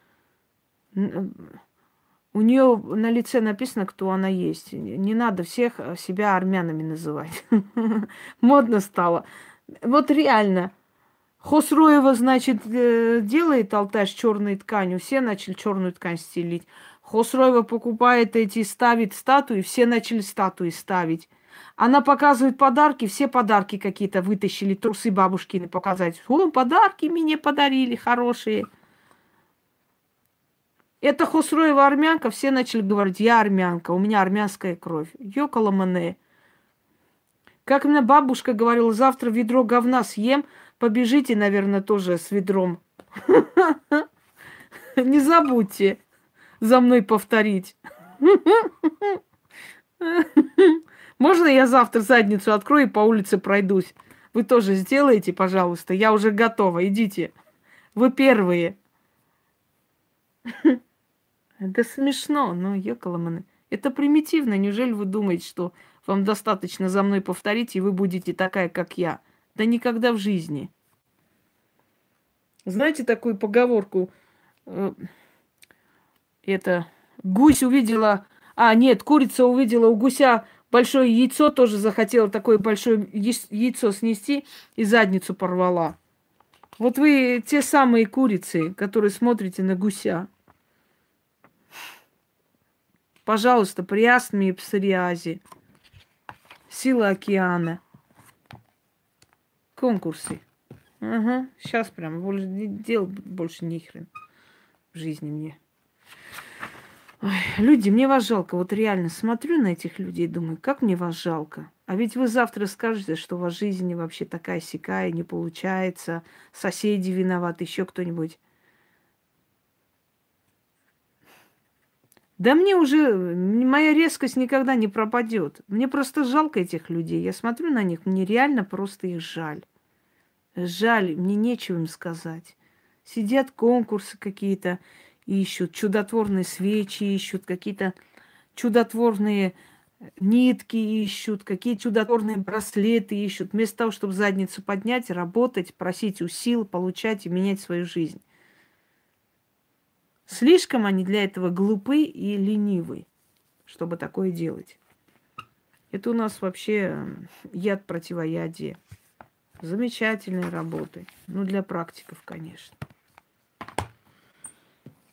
У нее на лице написано, кто она есть. Не надо всех себя армянами называть. Модно стало. Вот реально. Хосроева, значит, делает алтарь с черной тканью. Все начали черную ткань стелить. Хосроева покупает эти, ставит статуи. Все начали статуи ставить. Она показывает подарки. Все подарки какие-то вытащили. Трусы бабушкины показать. О, подарки мне подарили хорошие. Это Хусроева армянка, все начали говорить, я армянка, у меня армянская кровь. Ёкаламане. Как мне бабушка говорила, завтра ведро говна съем, побежите, наверное, тоже с ведром. Не забудьте за мной повторить. Можно я завтра задницу открою и по улице пройдусь? Вы тоже сделаете, пожалуйста. Я уже готова. Идите. Вы первые. Это смешно, но ёкаламаны. Это примитивно. Неужели вы думаете, что вам достаточно за мной повторить, и вы будете такая, как я? Да никогда в жизни. Знаете такую поговорку? Это гусь увидела... А, нет, курица увидела у гуся большое яйцо, тоже захотела такое большое яйцо снести и задницу порвала. Вот вы те самые курицы, которые смотрите на гуся. Пожалуйста, при астме и псориазе. Сила океана. Конкурсы. Ага, сейчас прям дел больше ни хрен в жизни мне. Ой, люди, мне вас жалко. Вот реально смотрю на этих людей и думаю, как мне вас жалко. А ведь вы завтра скажете, что у вас жизнь вообще такая сякая, не получается, соседи виноваты, еще кто-нибудь. Да мне уже, моя резкость никогда не пропадет. Мне просто жалко этих людей. Я смотрю на них, мне реально просто их жаль. Жаль, мне нечего им сказать. Сидят конкурсы какие-то, ищут чудотворные свечи, ищут какие-то чудотворные нитки, ищут какие чудотворные браслеты ищут. Вместо того, чтобы задницу поднять, работать, просить у сил, получать и менять свою жизнь. Слишком они для этого глупы и ленивы, чтобы такое делать. Это у нас вообще яд противоядие. Замечательные работы. Ну, для практиков, конечно.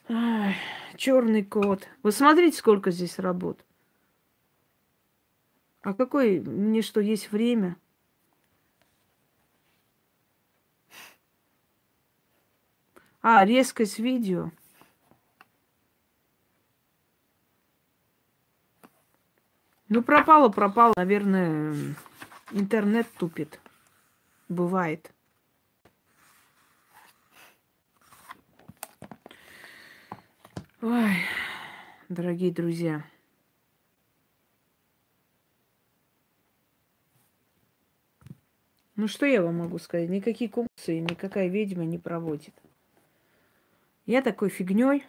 Черный кот. Вы смотрите, сколько здесь работ. А какой мне что, есть время? А, резкость видео. Ну, пропало. Наверное, интернет тупит. Бывает. Ой, дорогие друзья. Ну, что я вам могу сказать? Никакие конкурсы, никакая ведьма не проводит. Я такой фигней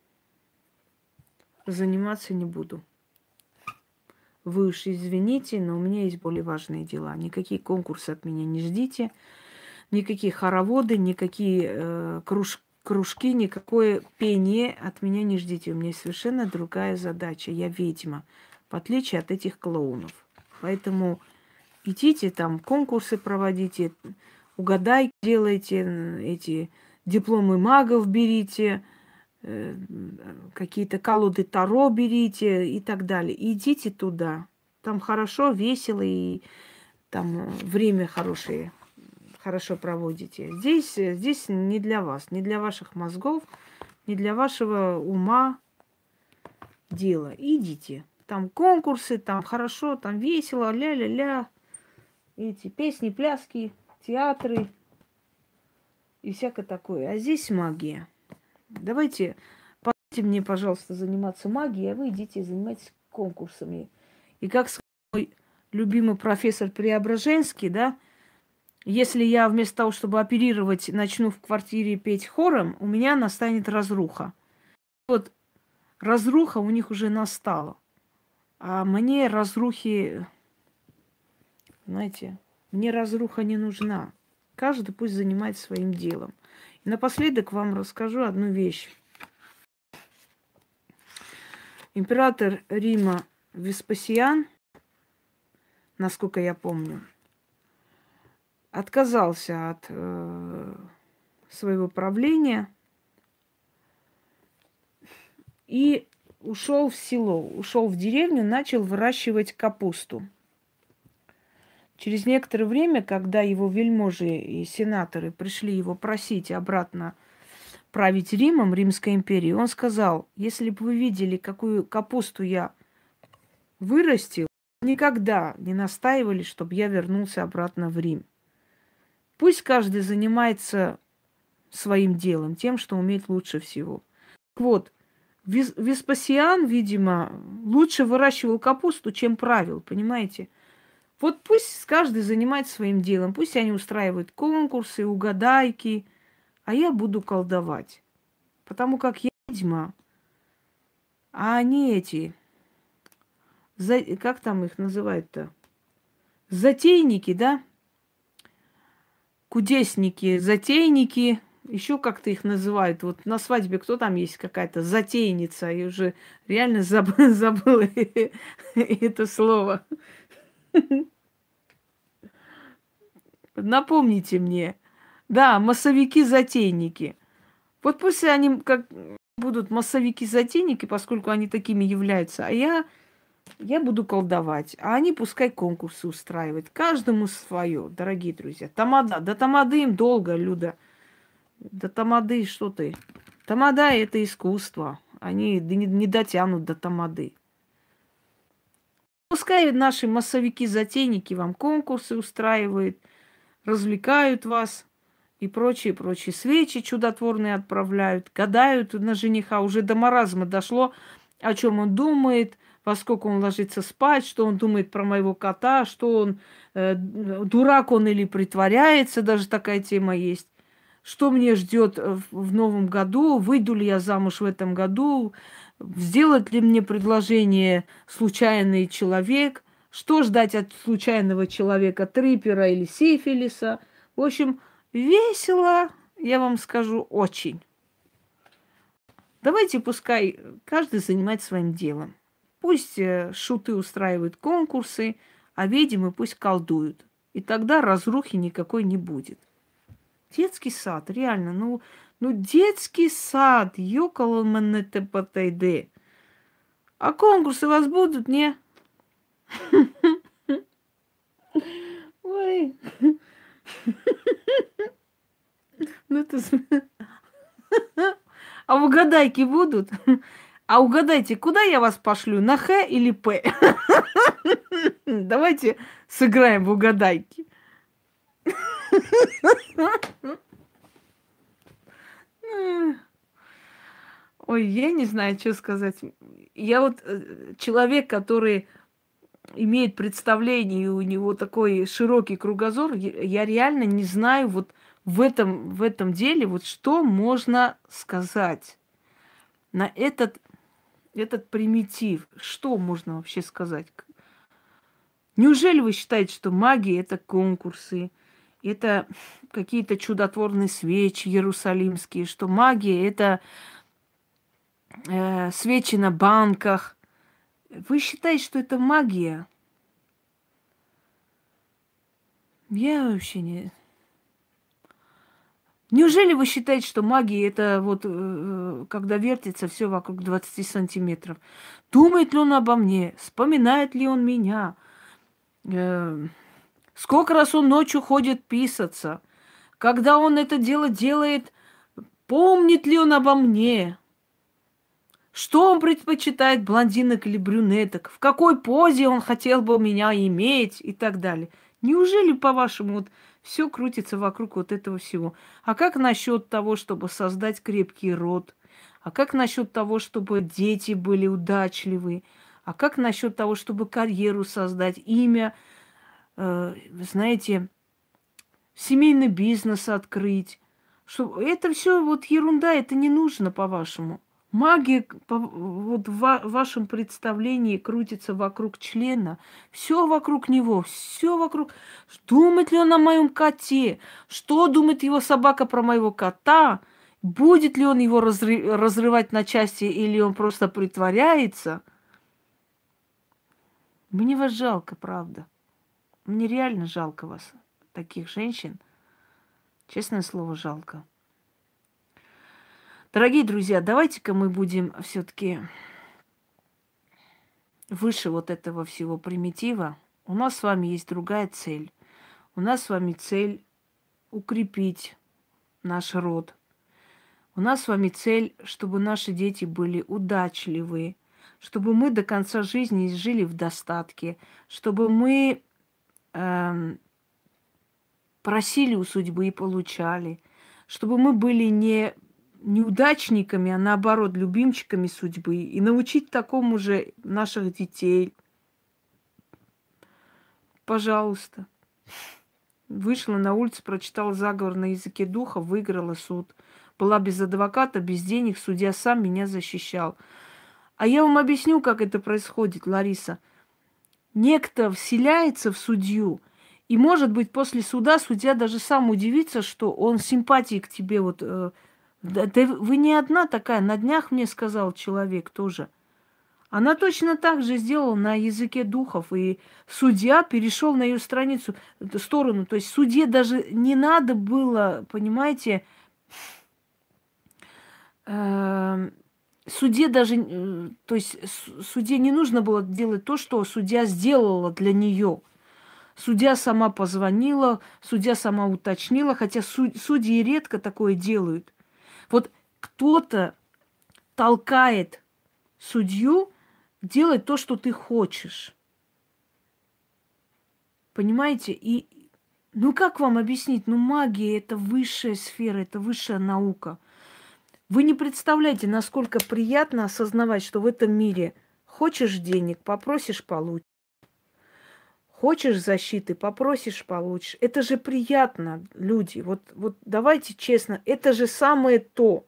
заниматься не буду. Вы уж извините, но у меня есть более важные дела. Никакие конкурсы от меня не ждите. Никакие хороводы, никакие кружки, никакое пение от меня не ждите. У меня есть совершенно другая задача. Я ведьма, в отличие от этих клоунов. Поэтому идите там, конкурсы проводите, угадайки делайте, эти дипломы магов берите, какие-то колоды Таро берите и так далее. Идите туда. Там хорошо, весело и там время хорошее, хорошо проводите. Здесь не для вас, не для ваших мозгов, не для вашего ума дело. Идите. Там конкурсы, там хорошо, там весело, ля-ля-ля. Эти песни, пляски, театры и всякое такое. А здесь магия. Давайте, позвольте мне, пожалуйста, заниматься магией, а вы идите занимайтесь конкурсами. И как сказал мой любимый профессор Преображенский, да, если я вместо того, чтобы оперировать, начну в квартире петь хором, у меня настанет разруха. Вот разруха у них уже настала. А мне разрухи, знаете, мне разруха не нужна. Каждый пусть занимается своим делом. И напоследок вам расскажу одну вещь. Император Рима Веспасиан, насколько я помню, отказался от своего правления и ушел в село, ушел в деревню, начал выращивать капусту. Через некоторое время, когда его вельможи и сенаторы пришли его просить обратно править Римом, Римской империей, он сказал: если бы вы видели, какую капусту я вырастил, никогда не настаивали, чтобы я вернулся обратно в Рим. Пусть каждый занимается своим делом, тем, что умеет лучше всего. Вот, Веспасиан, видимо, лучше выращивал капусту, чем правил, понимаете? Вот пусть каждый занимается своим делом, пусть они устраивают конкурсы, угадайки, а я буду колдовать. Потому как я ведьма, а они эти, как там их называют-то? Затейники, да? Кудесники, затейники, еще как-то их называют. Вот на свадьбе кто там есть какая-то затейница? Я уже реально забыла это слово. Напомните мне. Да, массовики-затейники. Вот пусть они как будут массовики-затейники, поскольку они такими являются, а я буду колдовать. А они пускай конкурсы устраивают. Каждому свое, дорогие друзья. Тамада. Да тамады им долго, Люда. Да тамады, что ты? Тамада – это искусство. Они не дотянут до тамады. Пускай наши массовики-затейники вам конкурсы устраивают, развлекают вас и прочие свечи чудотворные отправляют, гадают на жениха. Уже до маразма дошло, о чем он думает, во сколько он ложится спать, что он думает про моего кота, что он дурак он или притворяется, даже такая тема есть. Что мне ждет в новом году, выйду ли я замуж в этом году, сделает ли мне предложение случайный человек, что ждать от случайного человека, трипера или сифилиса. В общем, весело, я вам скажу, очень. Давайте пускай каждый занимается своим делом. Пусть шуты устраивают конкурсы, а ведьмы пусть колдуют. И тогда разрухи никакой не будет. Детский сад, реально, ну детский сад, ёкаломанетепатайде. А конкурсы у вас будут, не? А угадайки будут? А угадайте, куда я вас пошлю? На Х или П? Давайте сыграем в угадайки. Ой, я не знаю, что сказать. Я вот человек, который имеет представление, и у него такой широкий кругозор, я реально не знаю вот в этом деле, вот что можно сказать на этот примитив. Что можно вообще сказать? Неужели вы считаете, что магия – это конкурсы, это какие-то чудотворные свечи иерусалимские, что магия – это свечи на банках? Вы считаете, что это магия? Я вообще не... Неужели вы считаете, что магия это вот когда вертится все вокруг 20 сантиметров? Думает ли он обо мне? Вспоминает ли он меня? Сколько раз он ночью ходит писаться? Когда он это дело делает, помнит ли он обо мне? Что он предпочитает, блондинок или брюнеток? В какой позе он хотел бы меня иметь и так далее? Неужели, по-вашему, вот все крутится вокруг вот этого всего? А как насчет того, чтобы создать крепкий род? А как насчет того, чтобы дети были удачливы? А как насчет того, чтобы карьеру создать, имя, знаете, семейный бизнес открыть? Что это все вот ерунда, это не нужно, по-вашему. Магия вот в вашем представлении крутится вокруг члена. Все вокруг него, все вокруг. Думает ли он о моем коте? Что думает его собака про моего кота? Будет ли он его разрывать на части или он просто притворяется? Мне вас жалко, правда. Мне реально жалко вас, таких женщин. Честное слово, жалко. Дорогие друзья, давайте-ка мы будем все-таки выше вот этого всего примитива. У нас с вами есть другая цель. У нас с вами цель укрепить наш род. У нас с вами цель, чтобы наши дети были удачливы, чтобы мы до конца жизни жили в достатке, чтобы мы просили у судьбы и получали, чтобы мы были не неудачниками, а наоборот, любимчиками судьбы, и научить такому же наших детей. Пожалуйста. Вышла на улицу, прочитала заговор на языке духа, выиграла суд. Была без адвоката, без денег, судья сам меня защищал. А я вам объясню, как это происходит, Лариса. Некто вселяется в судью, и, может быть, после суда судья даже сам удивится, что он симпатии к тебе вот... Да вы не одна такая. На днях мне сказал человек тоже. Она точно так же сделала на языке духов. И судья перешел на ее страницу, сторону. То есть судье даже не надо было, понимаете, судье даже, то есть судье не нужно было делать то, что судья сделала для нее. Судья сама позвонила, судья сама уточнила, хотя судьи редко такое делают. Вот кто-то толкает судью делать то, что ты хочешь. Понимаете? И, ну как вам объяснить? Ну магия – это высшая сфера, это высшая наука. Вы не представляете, насколько приятно осознавать, что в этом мире хочешь денег – попросишь – получишь. Хочешь защиты – попросишь – получишь. Это же приятно, люди. Вот давайте честно, это же самое то.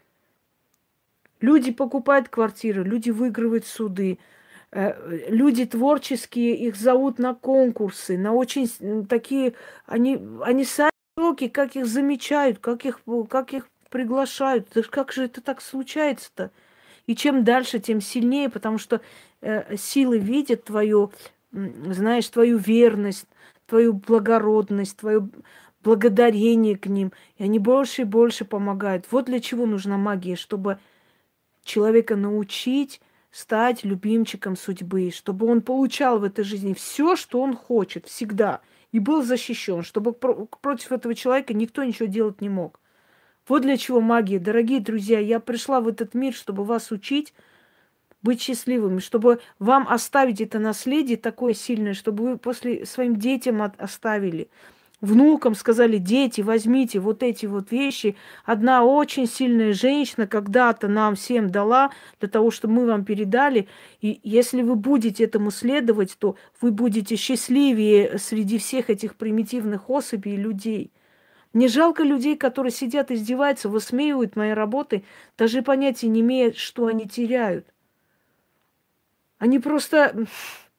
Люди покупают квартиры, люди выигрывают суды, люди творческие, их зовут на конкурсы, на очень такие, они сами в шоке, как их замечают, как их приглашают. Как же это так случается-то? И чем дальше, тем сильнее, потому что силы видят твою, знаешь, твою верность, твою благородность, твое благодарение к ним. И они больше и больше помогают. Вот для чего нужна магия, чтобы человека научить стать любимчиком судьбы, чтобы он получал в этой жизни все, что он хочет, всегда, и был защищен, чтобы против этого человека никто ничего делать не мог. Вот для чего магия. Дорогие друзья, я пришла в этот мир, чтобы вас учить быть счастливыми, чтобы вам оставить это наследие такое сильное, чтобы вы после своим детям оставили, внукам сказали: дети, возьмите вот эти вот вещи. Одна очень сильная женщина когда-то нам всем дала для того, чтобы мы вам передали. И если вы будете этому следовать, то вы будете счастливее среди всех этих примитивных особей и людей. Мне жалко людей, которые сидят, издеваются, высмеивают мои работы, даже понятия не имея, что они теряют. Они просто,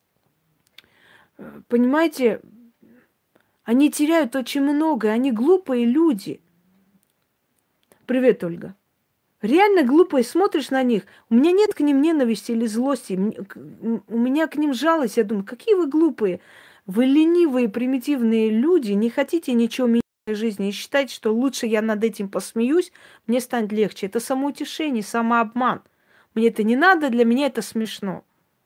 понимаете, они теряют очень много, они глупые люди. Привет, Ольга. Реально глупые, смотришь на них. У меня нет к ним ненависти или злости. У меня к ним жалость. Я думаю, какие вы глупые. Вы ленивые, примитивные люди, не хотите ничего менять в жизни и считаете, что лучше я над этим посмеюсь, мне станет легче. Это самоутешение, самообман. Мне это не надо, для меня это смешно.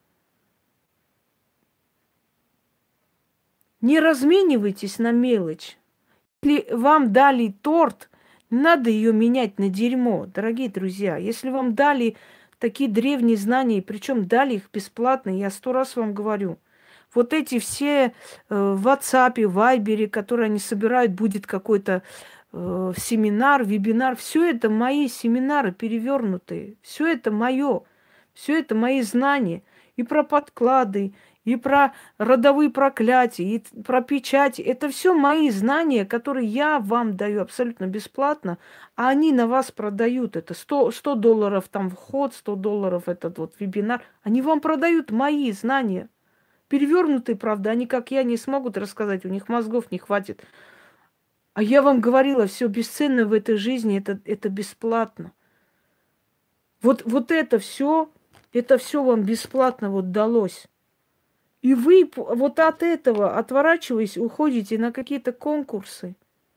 Не разменивайтесь на мелочь. Если вам дали торт, не надо ее менять на дерьмо, дорогие друзья. Если вам дали такие древние знания, причем дали их бесплатно, я 100 раз вам говорю. Вот эти все в WhatsApp, в Viber, которые они собирают, будет какой-то семинар, вебинар. Все это мои семинары перевернутые. Все это мое. Все это мои знания. И про подклады, и про родовые проклятия, и про печати. Это все мои знания, которые я вам даю абсолютно бесплатно, а они на вас продают. Это $100 там вход, $100 этот вот вебинар. Они вам продают мои знания. Перевернутые, правда, они, как я, не смогут рассказать, у них мозгов не хватит. А я вам говорила, все бесценно в этой жизни, это бесплатно. Вот это все вам бесплатно вот далось. И вы вот от этого, отворачиваясь, уходите на какие-то конкурсы.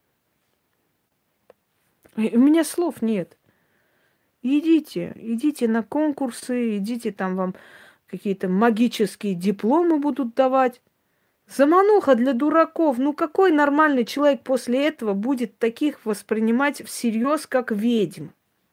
У меня слов нет. Идите на конкурсы, идите, там вам какие-то магические дипломы будут давать. Замануха для дураков. Ну какой нормальный человек после этого будет таких воспринимать всерьез, как ведьм?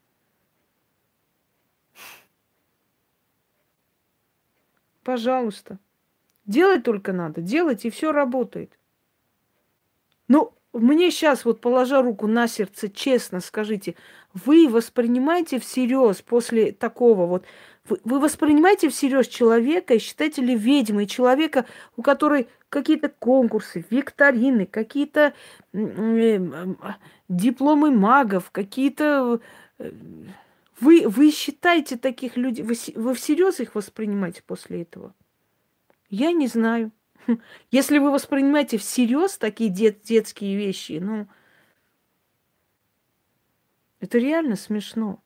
Пожалуйста. Делать только надо. Делать, и все работает. Ну, мне сейчас, вот положа руку на сердце, честно скажите, вы воспринимаете всерьез после такого вот, вы воспринимаете всерьез человека и считаете ли ведьмой человека, у которой какие-то конкурсы, викторины, какие-то дипломы магов, какие-то... Вы считаете таких людей, вы всерьез их воспринимаете после этого? Я не знаю. Если вы воспринимаете всерьез такие детские вещи, ну, это реально смешно.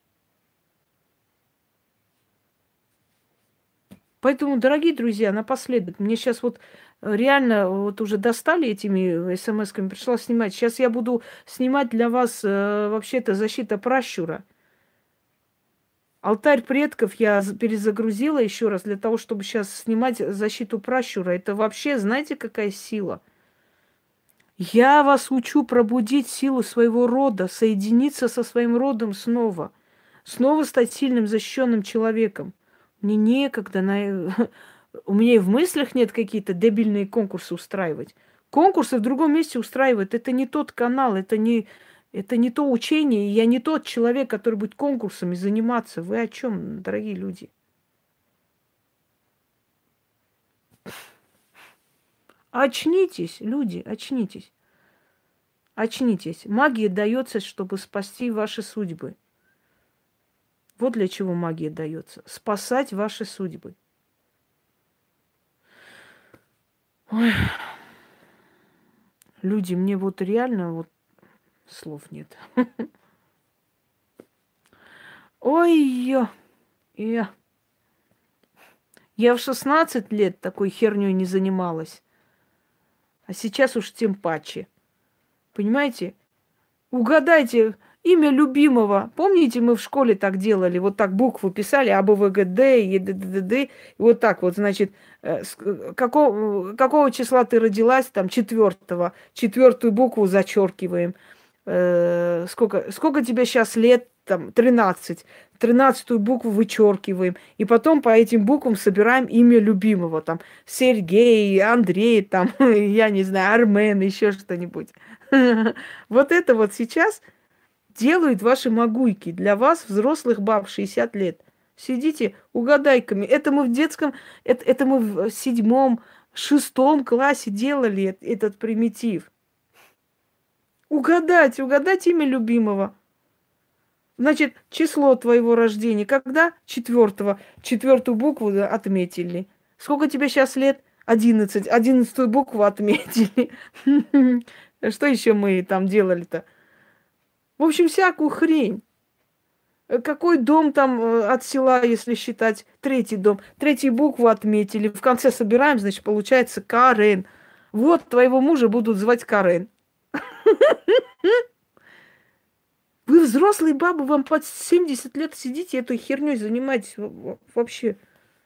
Поэтому, дорогие друзья, напоследок, мне сейчас вот реально вот уже достали этими смс-ками, пришла снимать. Сейчас я буду снимать для вас вообще-то защита пращура. Алтарь предков я перезагрузила еще раз для того, чтобы сейчас снимать защиту пращура. Это вообще, знаете, какая сила? Я вас учу пробудить силу своего рода, соединиться со своим родом снова. Снова стать сильным, защищенным человеком. Мне некогда у меня и в мыслях нет какие-то дебильные конкурсы устраивать. Конкурсы в другом месте устраивают. Это не тот канал, это не то учение. Я не тот человек, который будет конкурсами заниматься. Вы о чем, дорогие люди? Очнитесь, люди, очнитесь. Очнитесь. Магия дается, чтобы спасти ваши судьбы. Вот для чего магия дается. Спасать ваши судьбы. Ой. Люди, мне вот реально вот слов нет. Ой-ё. Я в 16 лет такой херней не занималась. А сейчас уж тем паче. Понимаете? Угадайте имя любимого. Помните, мы в школе так делали? Вот так букву писали: А, Б, В, Г, Д, Е, Д, Д, Д, Д. И вот так вот, значит, какого числа ты родилась? Там 4-го. 4-ю букву зачеркиваем. сколько тебе сейчас лет, там, 13. 13-ю букву вычеркиваем. И потом по этим буквам собираем имя любимого. Там Сергей, Андрей, там, я не знаю, Армен, еще что-нибудь. Вот это вот сейчас делают ваши магуйки. Для вас, взрослых баб, 60 лет. Сидите угадайками. Это мы в детском, это мы в 7-м, 6-м классе делали этот примитив. Угадать имя любимого. Значит, число твоего рождения. Когда? 4-го. 4-ю букву отметили. Сколько тебе сейчас лет? 11. 11-ю букву отметили. Что еще мы там делали-то? В общем, всякую хрень. Какой дом там от села, если считать? 3-й дом. 3-ю букву отметили. В конце собираем, значит, получается Карен. Вот твоего мужа будут звать Карен. Вы взрослые бабы, вам под 70 лет сидите, этой херней занимаетесь вообще.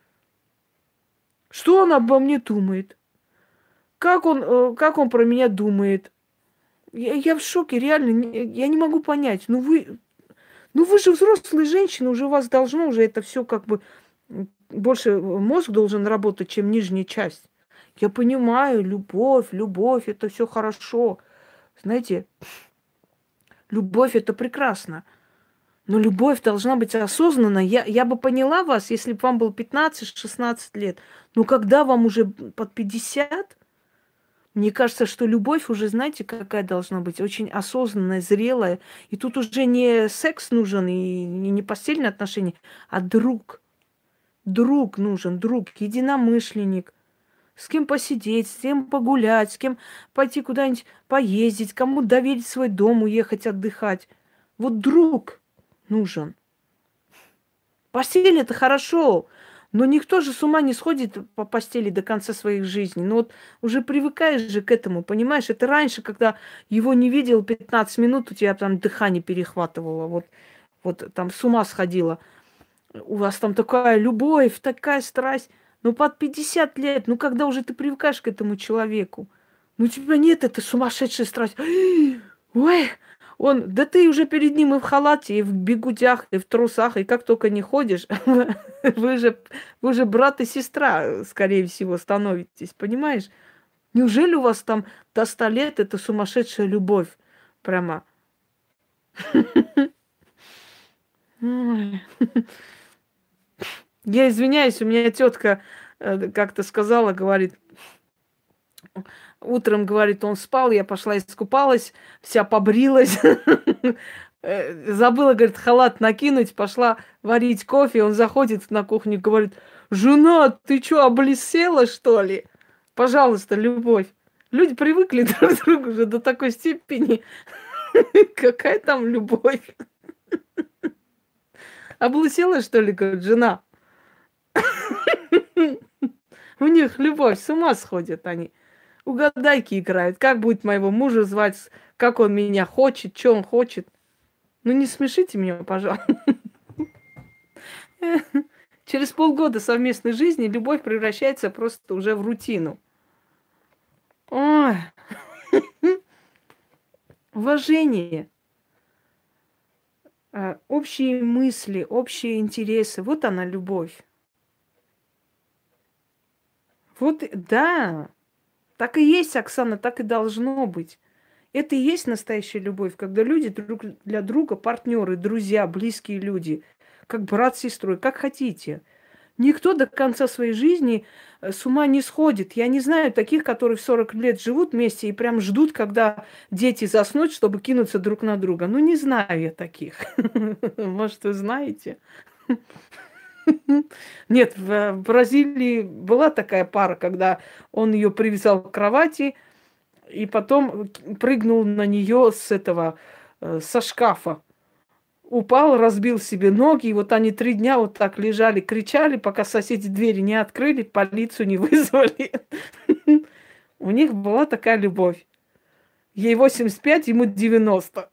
Что он обо мне думает? Как он про меня думает? Я в шоке, реально, я не могу понять. Ну вы же взрослые женщины, уже у вас должно уже это все как бы больше мозг должен работать, чем нижняя часть. Я понимаю, любовь, это все хорошо. Знаете, любовь это прекрасно. Но любовь должна быть осознанной. Я бы поняла вас, если бы вам было 15-16 лет. Но когда вам уже под 50, мне кажется, что любовь уже, знаете, какая должна быть? Очень осознанная, зрелая. И тут уже не секс нужен, и не постельные отношения, а друг. Друг нужен, друг, единомышленник. С кем посидеть, с кем погулять, с кем пойти куда-нибудь поездить, кому доверить свой дом, уехать отдыхать. Вот друг нужен. Постель это хорошо, но никто же с ума не сходит по постели до конца своих жизней. Ну вот уже привыкаешь же к этому, понимаешь? Это раньше, когда его не видел 15 минут, у тебя там дыхание перехватывало, вот там с ума сходило. У вас там такая любовь, такая страсть. Ну под 50 лет, ну когда уже ты привыкаешь к этому человеку, ну у тебя нет этой сумасшедшей страсти. Ой, да ты уже перед ним и в халате, и в бигудях, и в трусах, и как только не ходишь, вы же брат и сестра, скорее всего, становитесь, понимаешь? Неужели у вас там до 100 лет это сумасшедшая любовь? Прямо. Ой. Я извиняюсь, у меня тетка как-то сказала, говорит, утром, говорит, он спал, я пошла искупалась, вся побрилась, забыла, говорит, халат накинуть, пошла варить кофе, он заходит на кухню, говорит, жена, ты что, облысела, что ли? Пожалуйста, любовь. Люди привыкли друг к другу уже до такой степени. Какая там любовь? Облысела, что ли, говорит, жена? У них любовь, с ума сходят они. Угадайки играют. Как будет моего мужа звать, как он меня хочет, что он хочет. Ну не смешите меня, пожалуйста. Через полгода совместной жизни любовь превращается просто уже в рутину. Ой. Уважение. Общие мысли, общие интересы. Вот она, любовь. Вот, да. Так и есть, Оксана, так и должно быть. Это и есть настоящая любовь, когда люди друг для друга партнеры, друзья, близкие люди, как брат с сестрой, как хотите. Никто до конца своей жизни с ума не сходит. Я не знаю таких, которые в 40 лет живут вместе и прям ждут, когда дети заснут, чтобы кинуться друг на друга. Ну, не знаю я таких. Может, вы знаете? Нет, в Бразилии была такая пара, когда он ее привязал к кровати и потом прыгнул на нее с этого, со шкафа. Упал, разбил себе ноги, и вот они 3 дня вот так лежали, кричали, пока соседи двери не открыли, полицию не вызвали. У них была такая любовь. Ей 85, ему 90.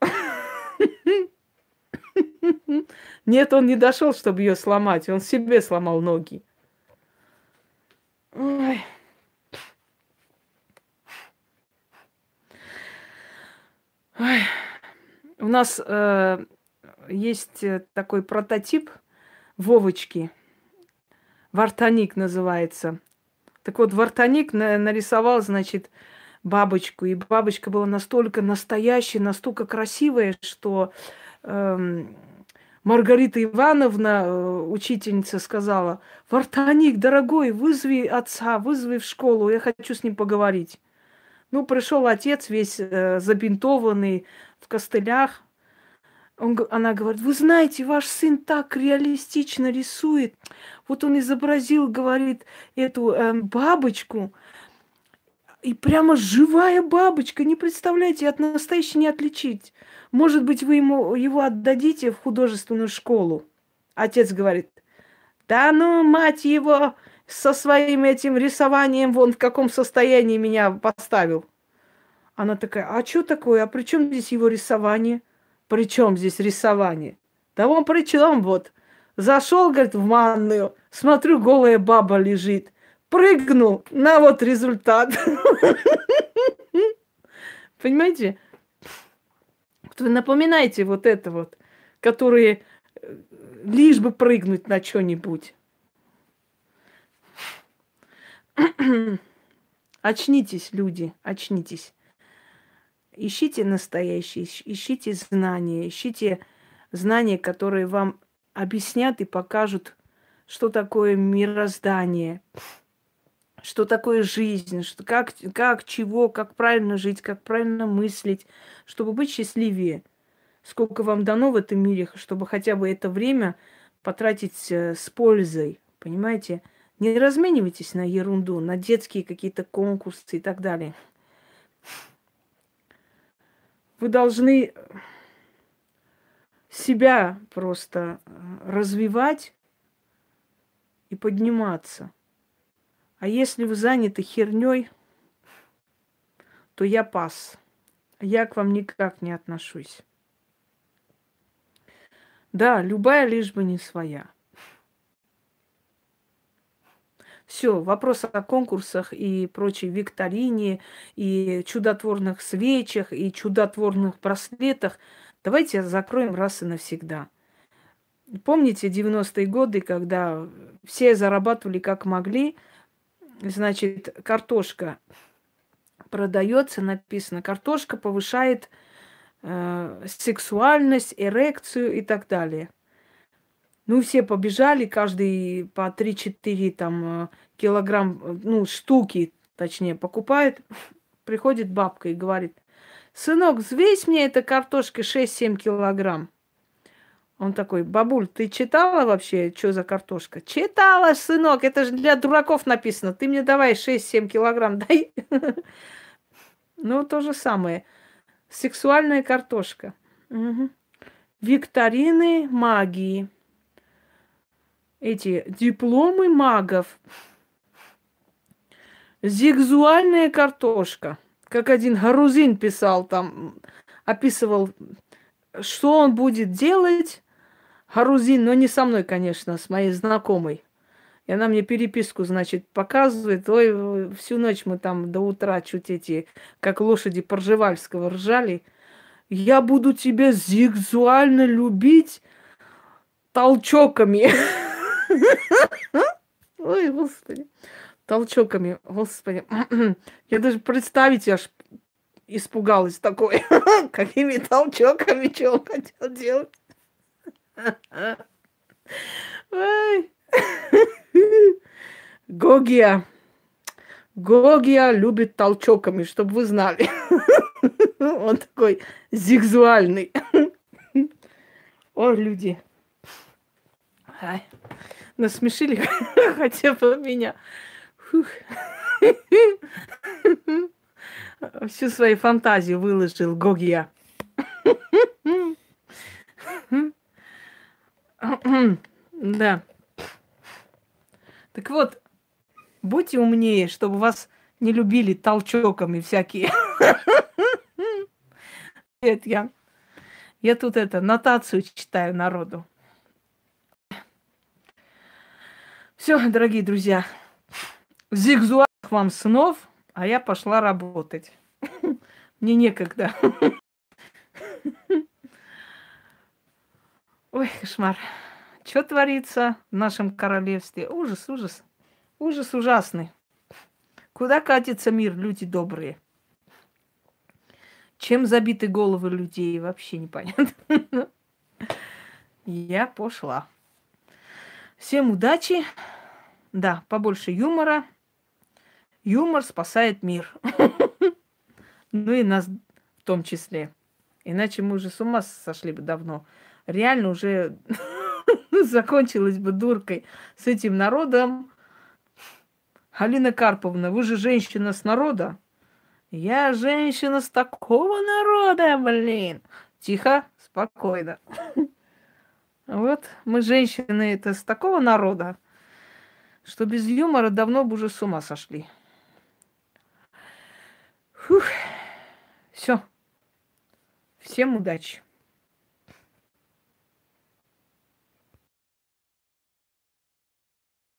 Нет, он не дошел, чтобы ее сломать. Он себе сломал ноги. Ой. Ой. У нас есть такой прототип Вовочки. Вартаник называется. Так вот, Вартаник нарисовал, значит, бабочку. И бабочка была настолько настоящая, настолько красивая, что Маргарита Ивановна, учительница, сказала: Вартаник, дорогой, вызови отца, вызови в школу, я хочу с ним поговорить. Ну, пришел отец, весь забинтованный, в костылях. Она говорит: вы знаете, ваш сын так реалистично рисует. Вот он изобразил, говорит, эту бабочку. И прямо живая бабочка. Не представляете, от настоящей не отличить. Может быть, вы его отдадите в художественную школу. Отец говорит: да ну, мать его, со своим этим рисованием, вон в каком состоянии меня поставил. Она такая: а что такое? А при чем здесь его рисование? При чем здесь рисование? Да вон при чем вот. Зашел, говорит, в ванную, смотрю, голая баба лежит. Прыгнул, на вот результат. Понимаете? Вы напоминаете вот это вот, которые лишь бы прыгнуть на что-нибудь. Очнитесь, люди, очнитесь. Ищите настоящее, ищите знания, которые вам объяснят и покажут, что такое мироздание, что такое жизнь, что, как, чего, как правильно жить, как правильно мыслить, чтобы быть счастливее. Сколько вам дано в этом мире, чтобы хотя бы это время потратить с пользой, понимаете? Не разменивайтесь на ерунду, на детские какие-то конкурсы и так далее. Вы должны себя просто развивать и подниматься. А если вы заняты херней, то я пас. Я к вам никак не отношусь. Да, любая, лишь бы не своя. Все, вопрос о конкурсах и прочей викторине, и чудотворных свечах, и чудотворных браслетах давайте закроем раз и навсегда. Помните 90-е годы, когда все зарабатывали как могли, значит, картошка продается, написано, картошка повышает сексуальность, эрекцию и так далее. Ну, все побежали, каждый по 3-4 там килограмм, ну, штуки, точнее, покупает. Приходит бабка и говорит: сынок, взвесь мне эта картошка 6-7 килограмм. Он такой: бабуль, ты читала вообще, что за картошка? Читала, сынок, это же для дураков написано. Ты мне давай 6-7 килограмм дай. Ну, то же самое. Сексуальная картошка. Викторины магии. Эти дипломы магов. Сексуальная картошка. Как один грузин писал там, описывал, что он будет делать. Грузин, но не со мной, конечно, с моей знакомой. И она мне переписку, значит, показывает. Ой, всю ночь мы там до утра чуть эти, как лошади Пржевальского ржали. Я буду тебя сексуально любить толчоками. Ой, Господи. Толчоками, Господи. Я даже представить аж испугалась такой. Какими толчоками, что он хотел делать? Ой. Гогия. Гогия любит толчоками, чтобы вы знали. Он такой сексуальный. О, люди. Ай. Насмешили хотя бы меня. Фух. Всю свою фантазию выложил Гогия. Да. Так вот, будьте умнее, чтобы вас не любили толчоками всякие. Это я тут нотацию читаю народу. Все, дорогие друзья, зигзуах вам снов, а я пошла работать. Мне некогда. Ой, кошмар. Что творится в нашем королевстве? Ужас, ужас. Ужас ужасный. Куда катится мир, люди добрые? Чем забиты головы людей, вообще непонятно. Я пошла. Всем удачи. Да, побольше юмора. Юмор спасает мир. Ну и нас в том числе. Иначе мы уже с ума сошли бы давно. Реально уже закончилась бы дуркой с этим народом. Алина Карповна, вы же женщина с народа. Я женщина с такого народа, блин. Тихо, спокойно. Вот мы женщины это с такого народа, что без юмора давно бы уже с ума сошли. Фух. Все. Всем удачи.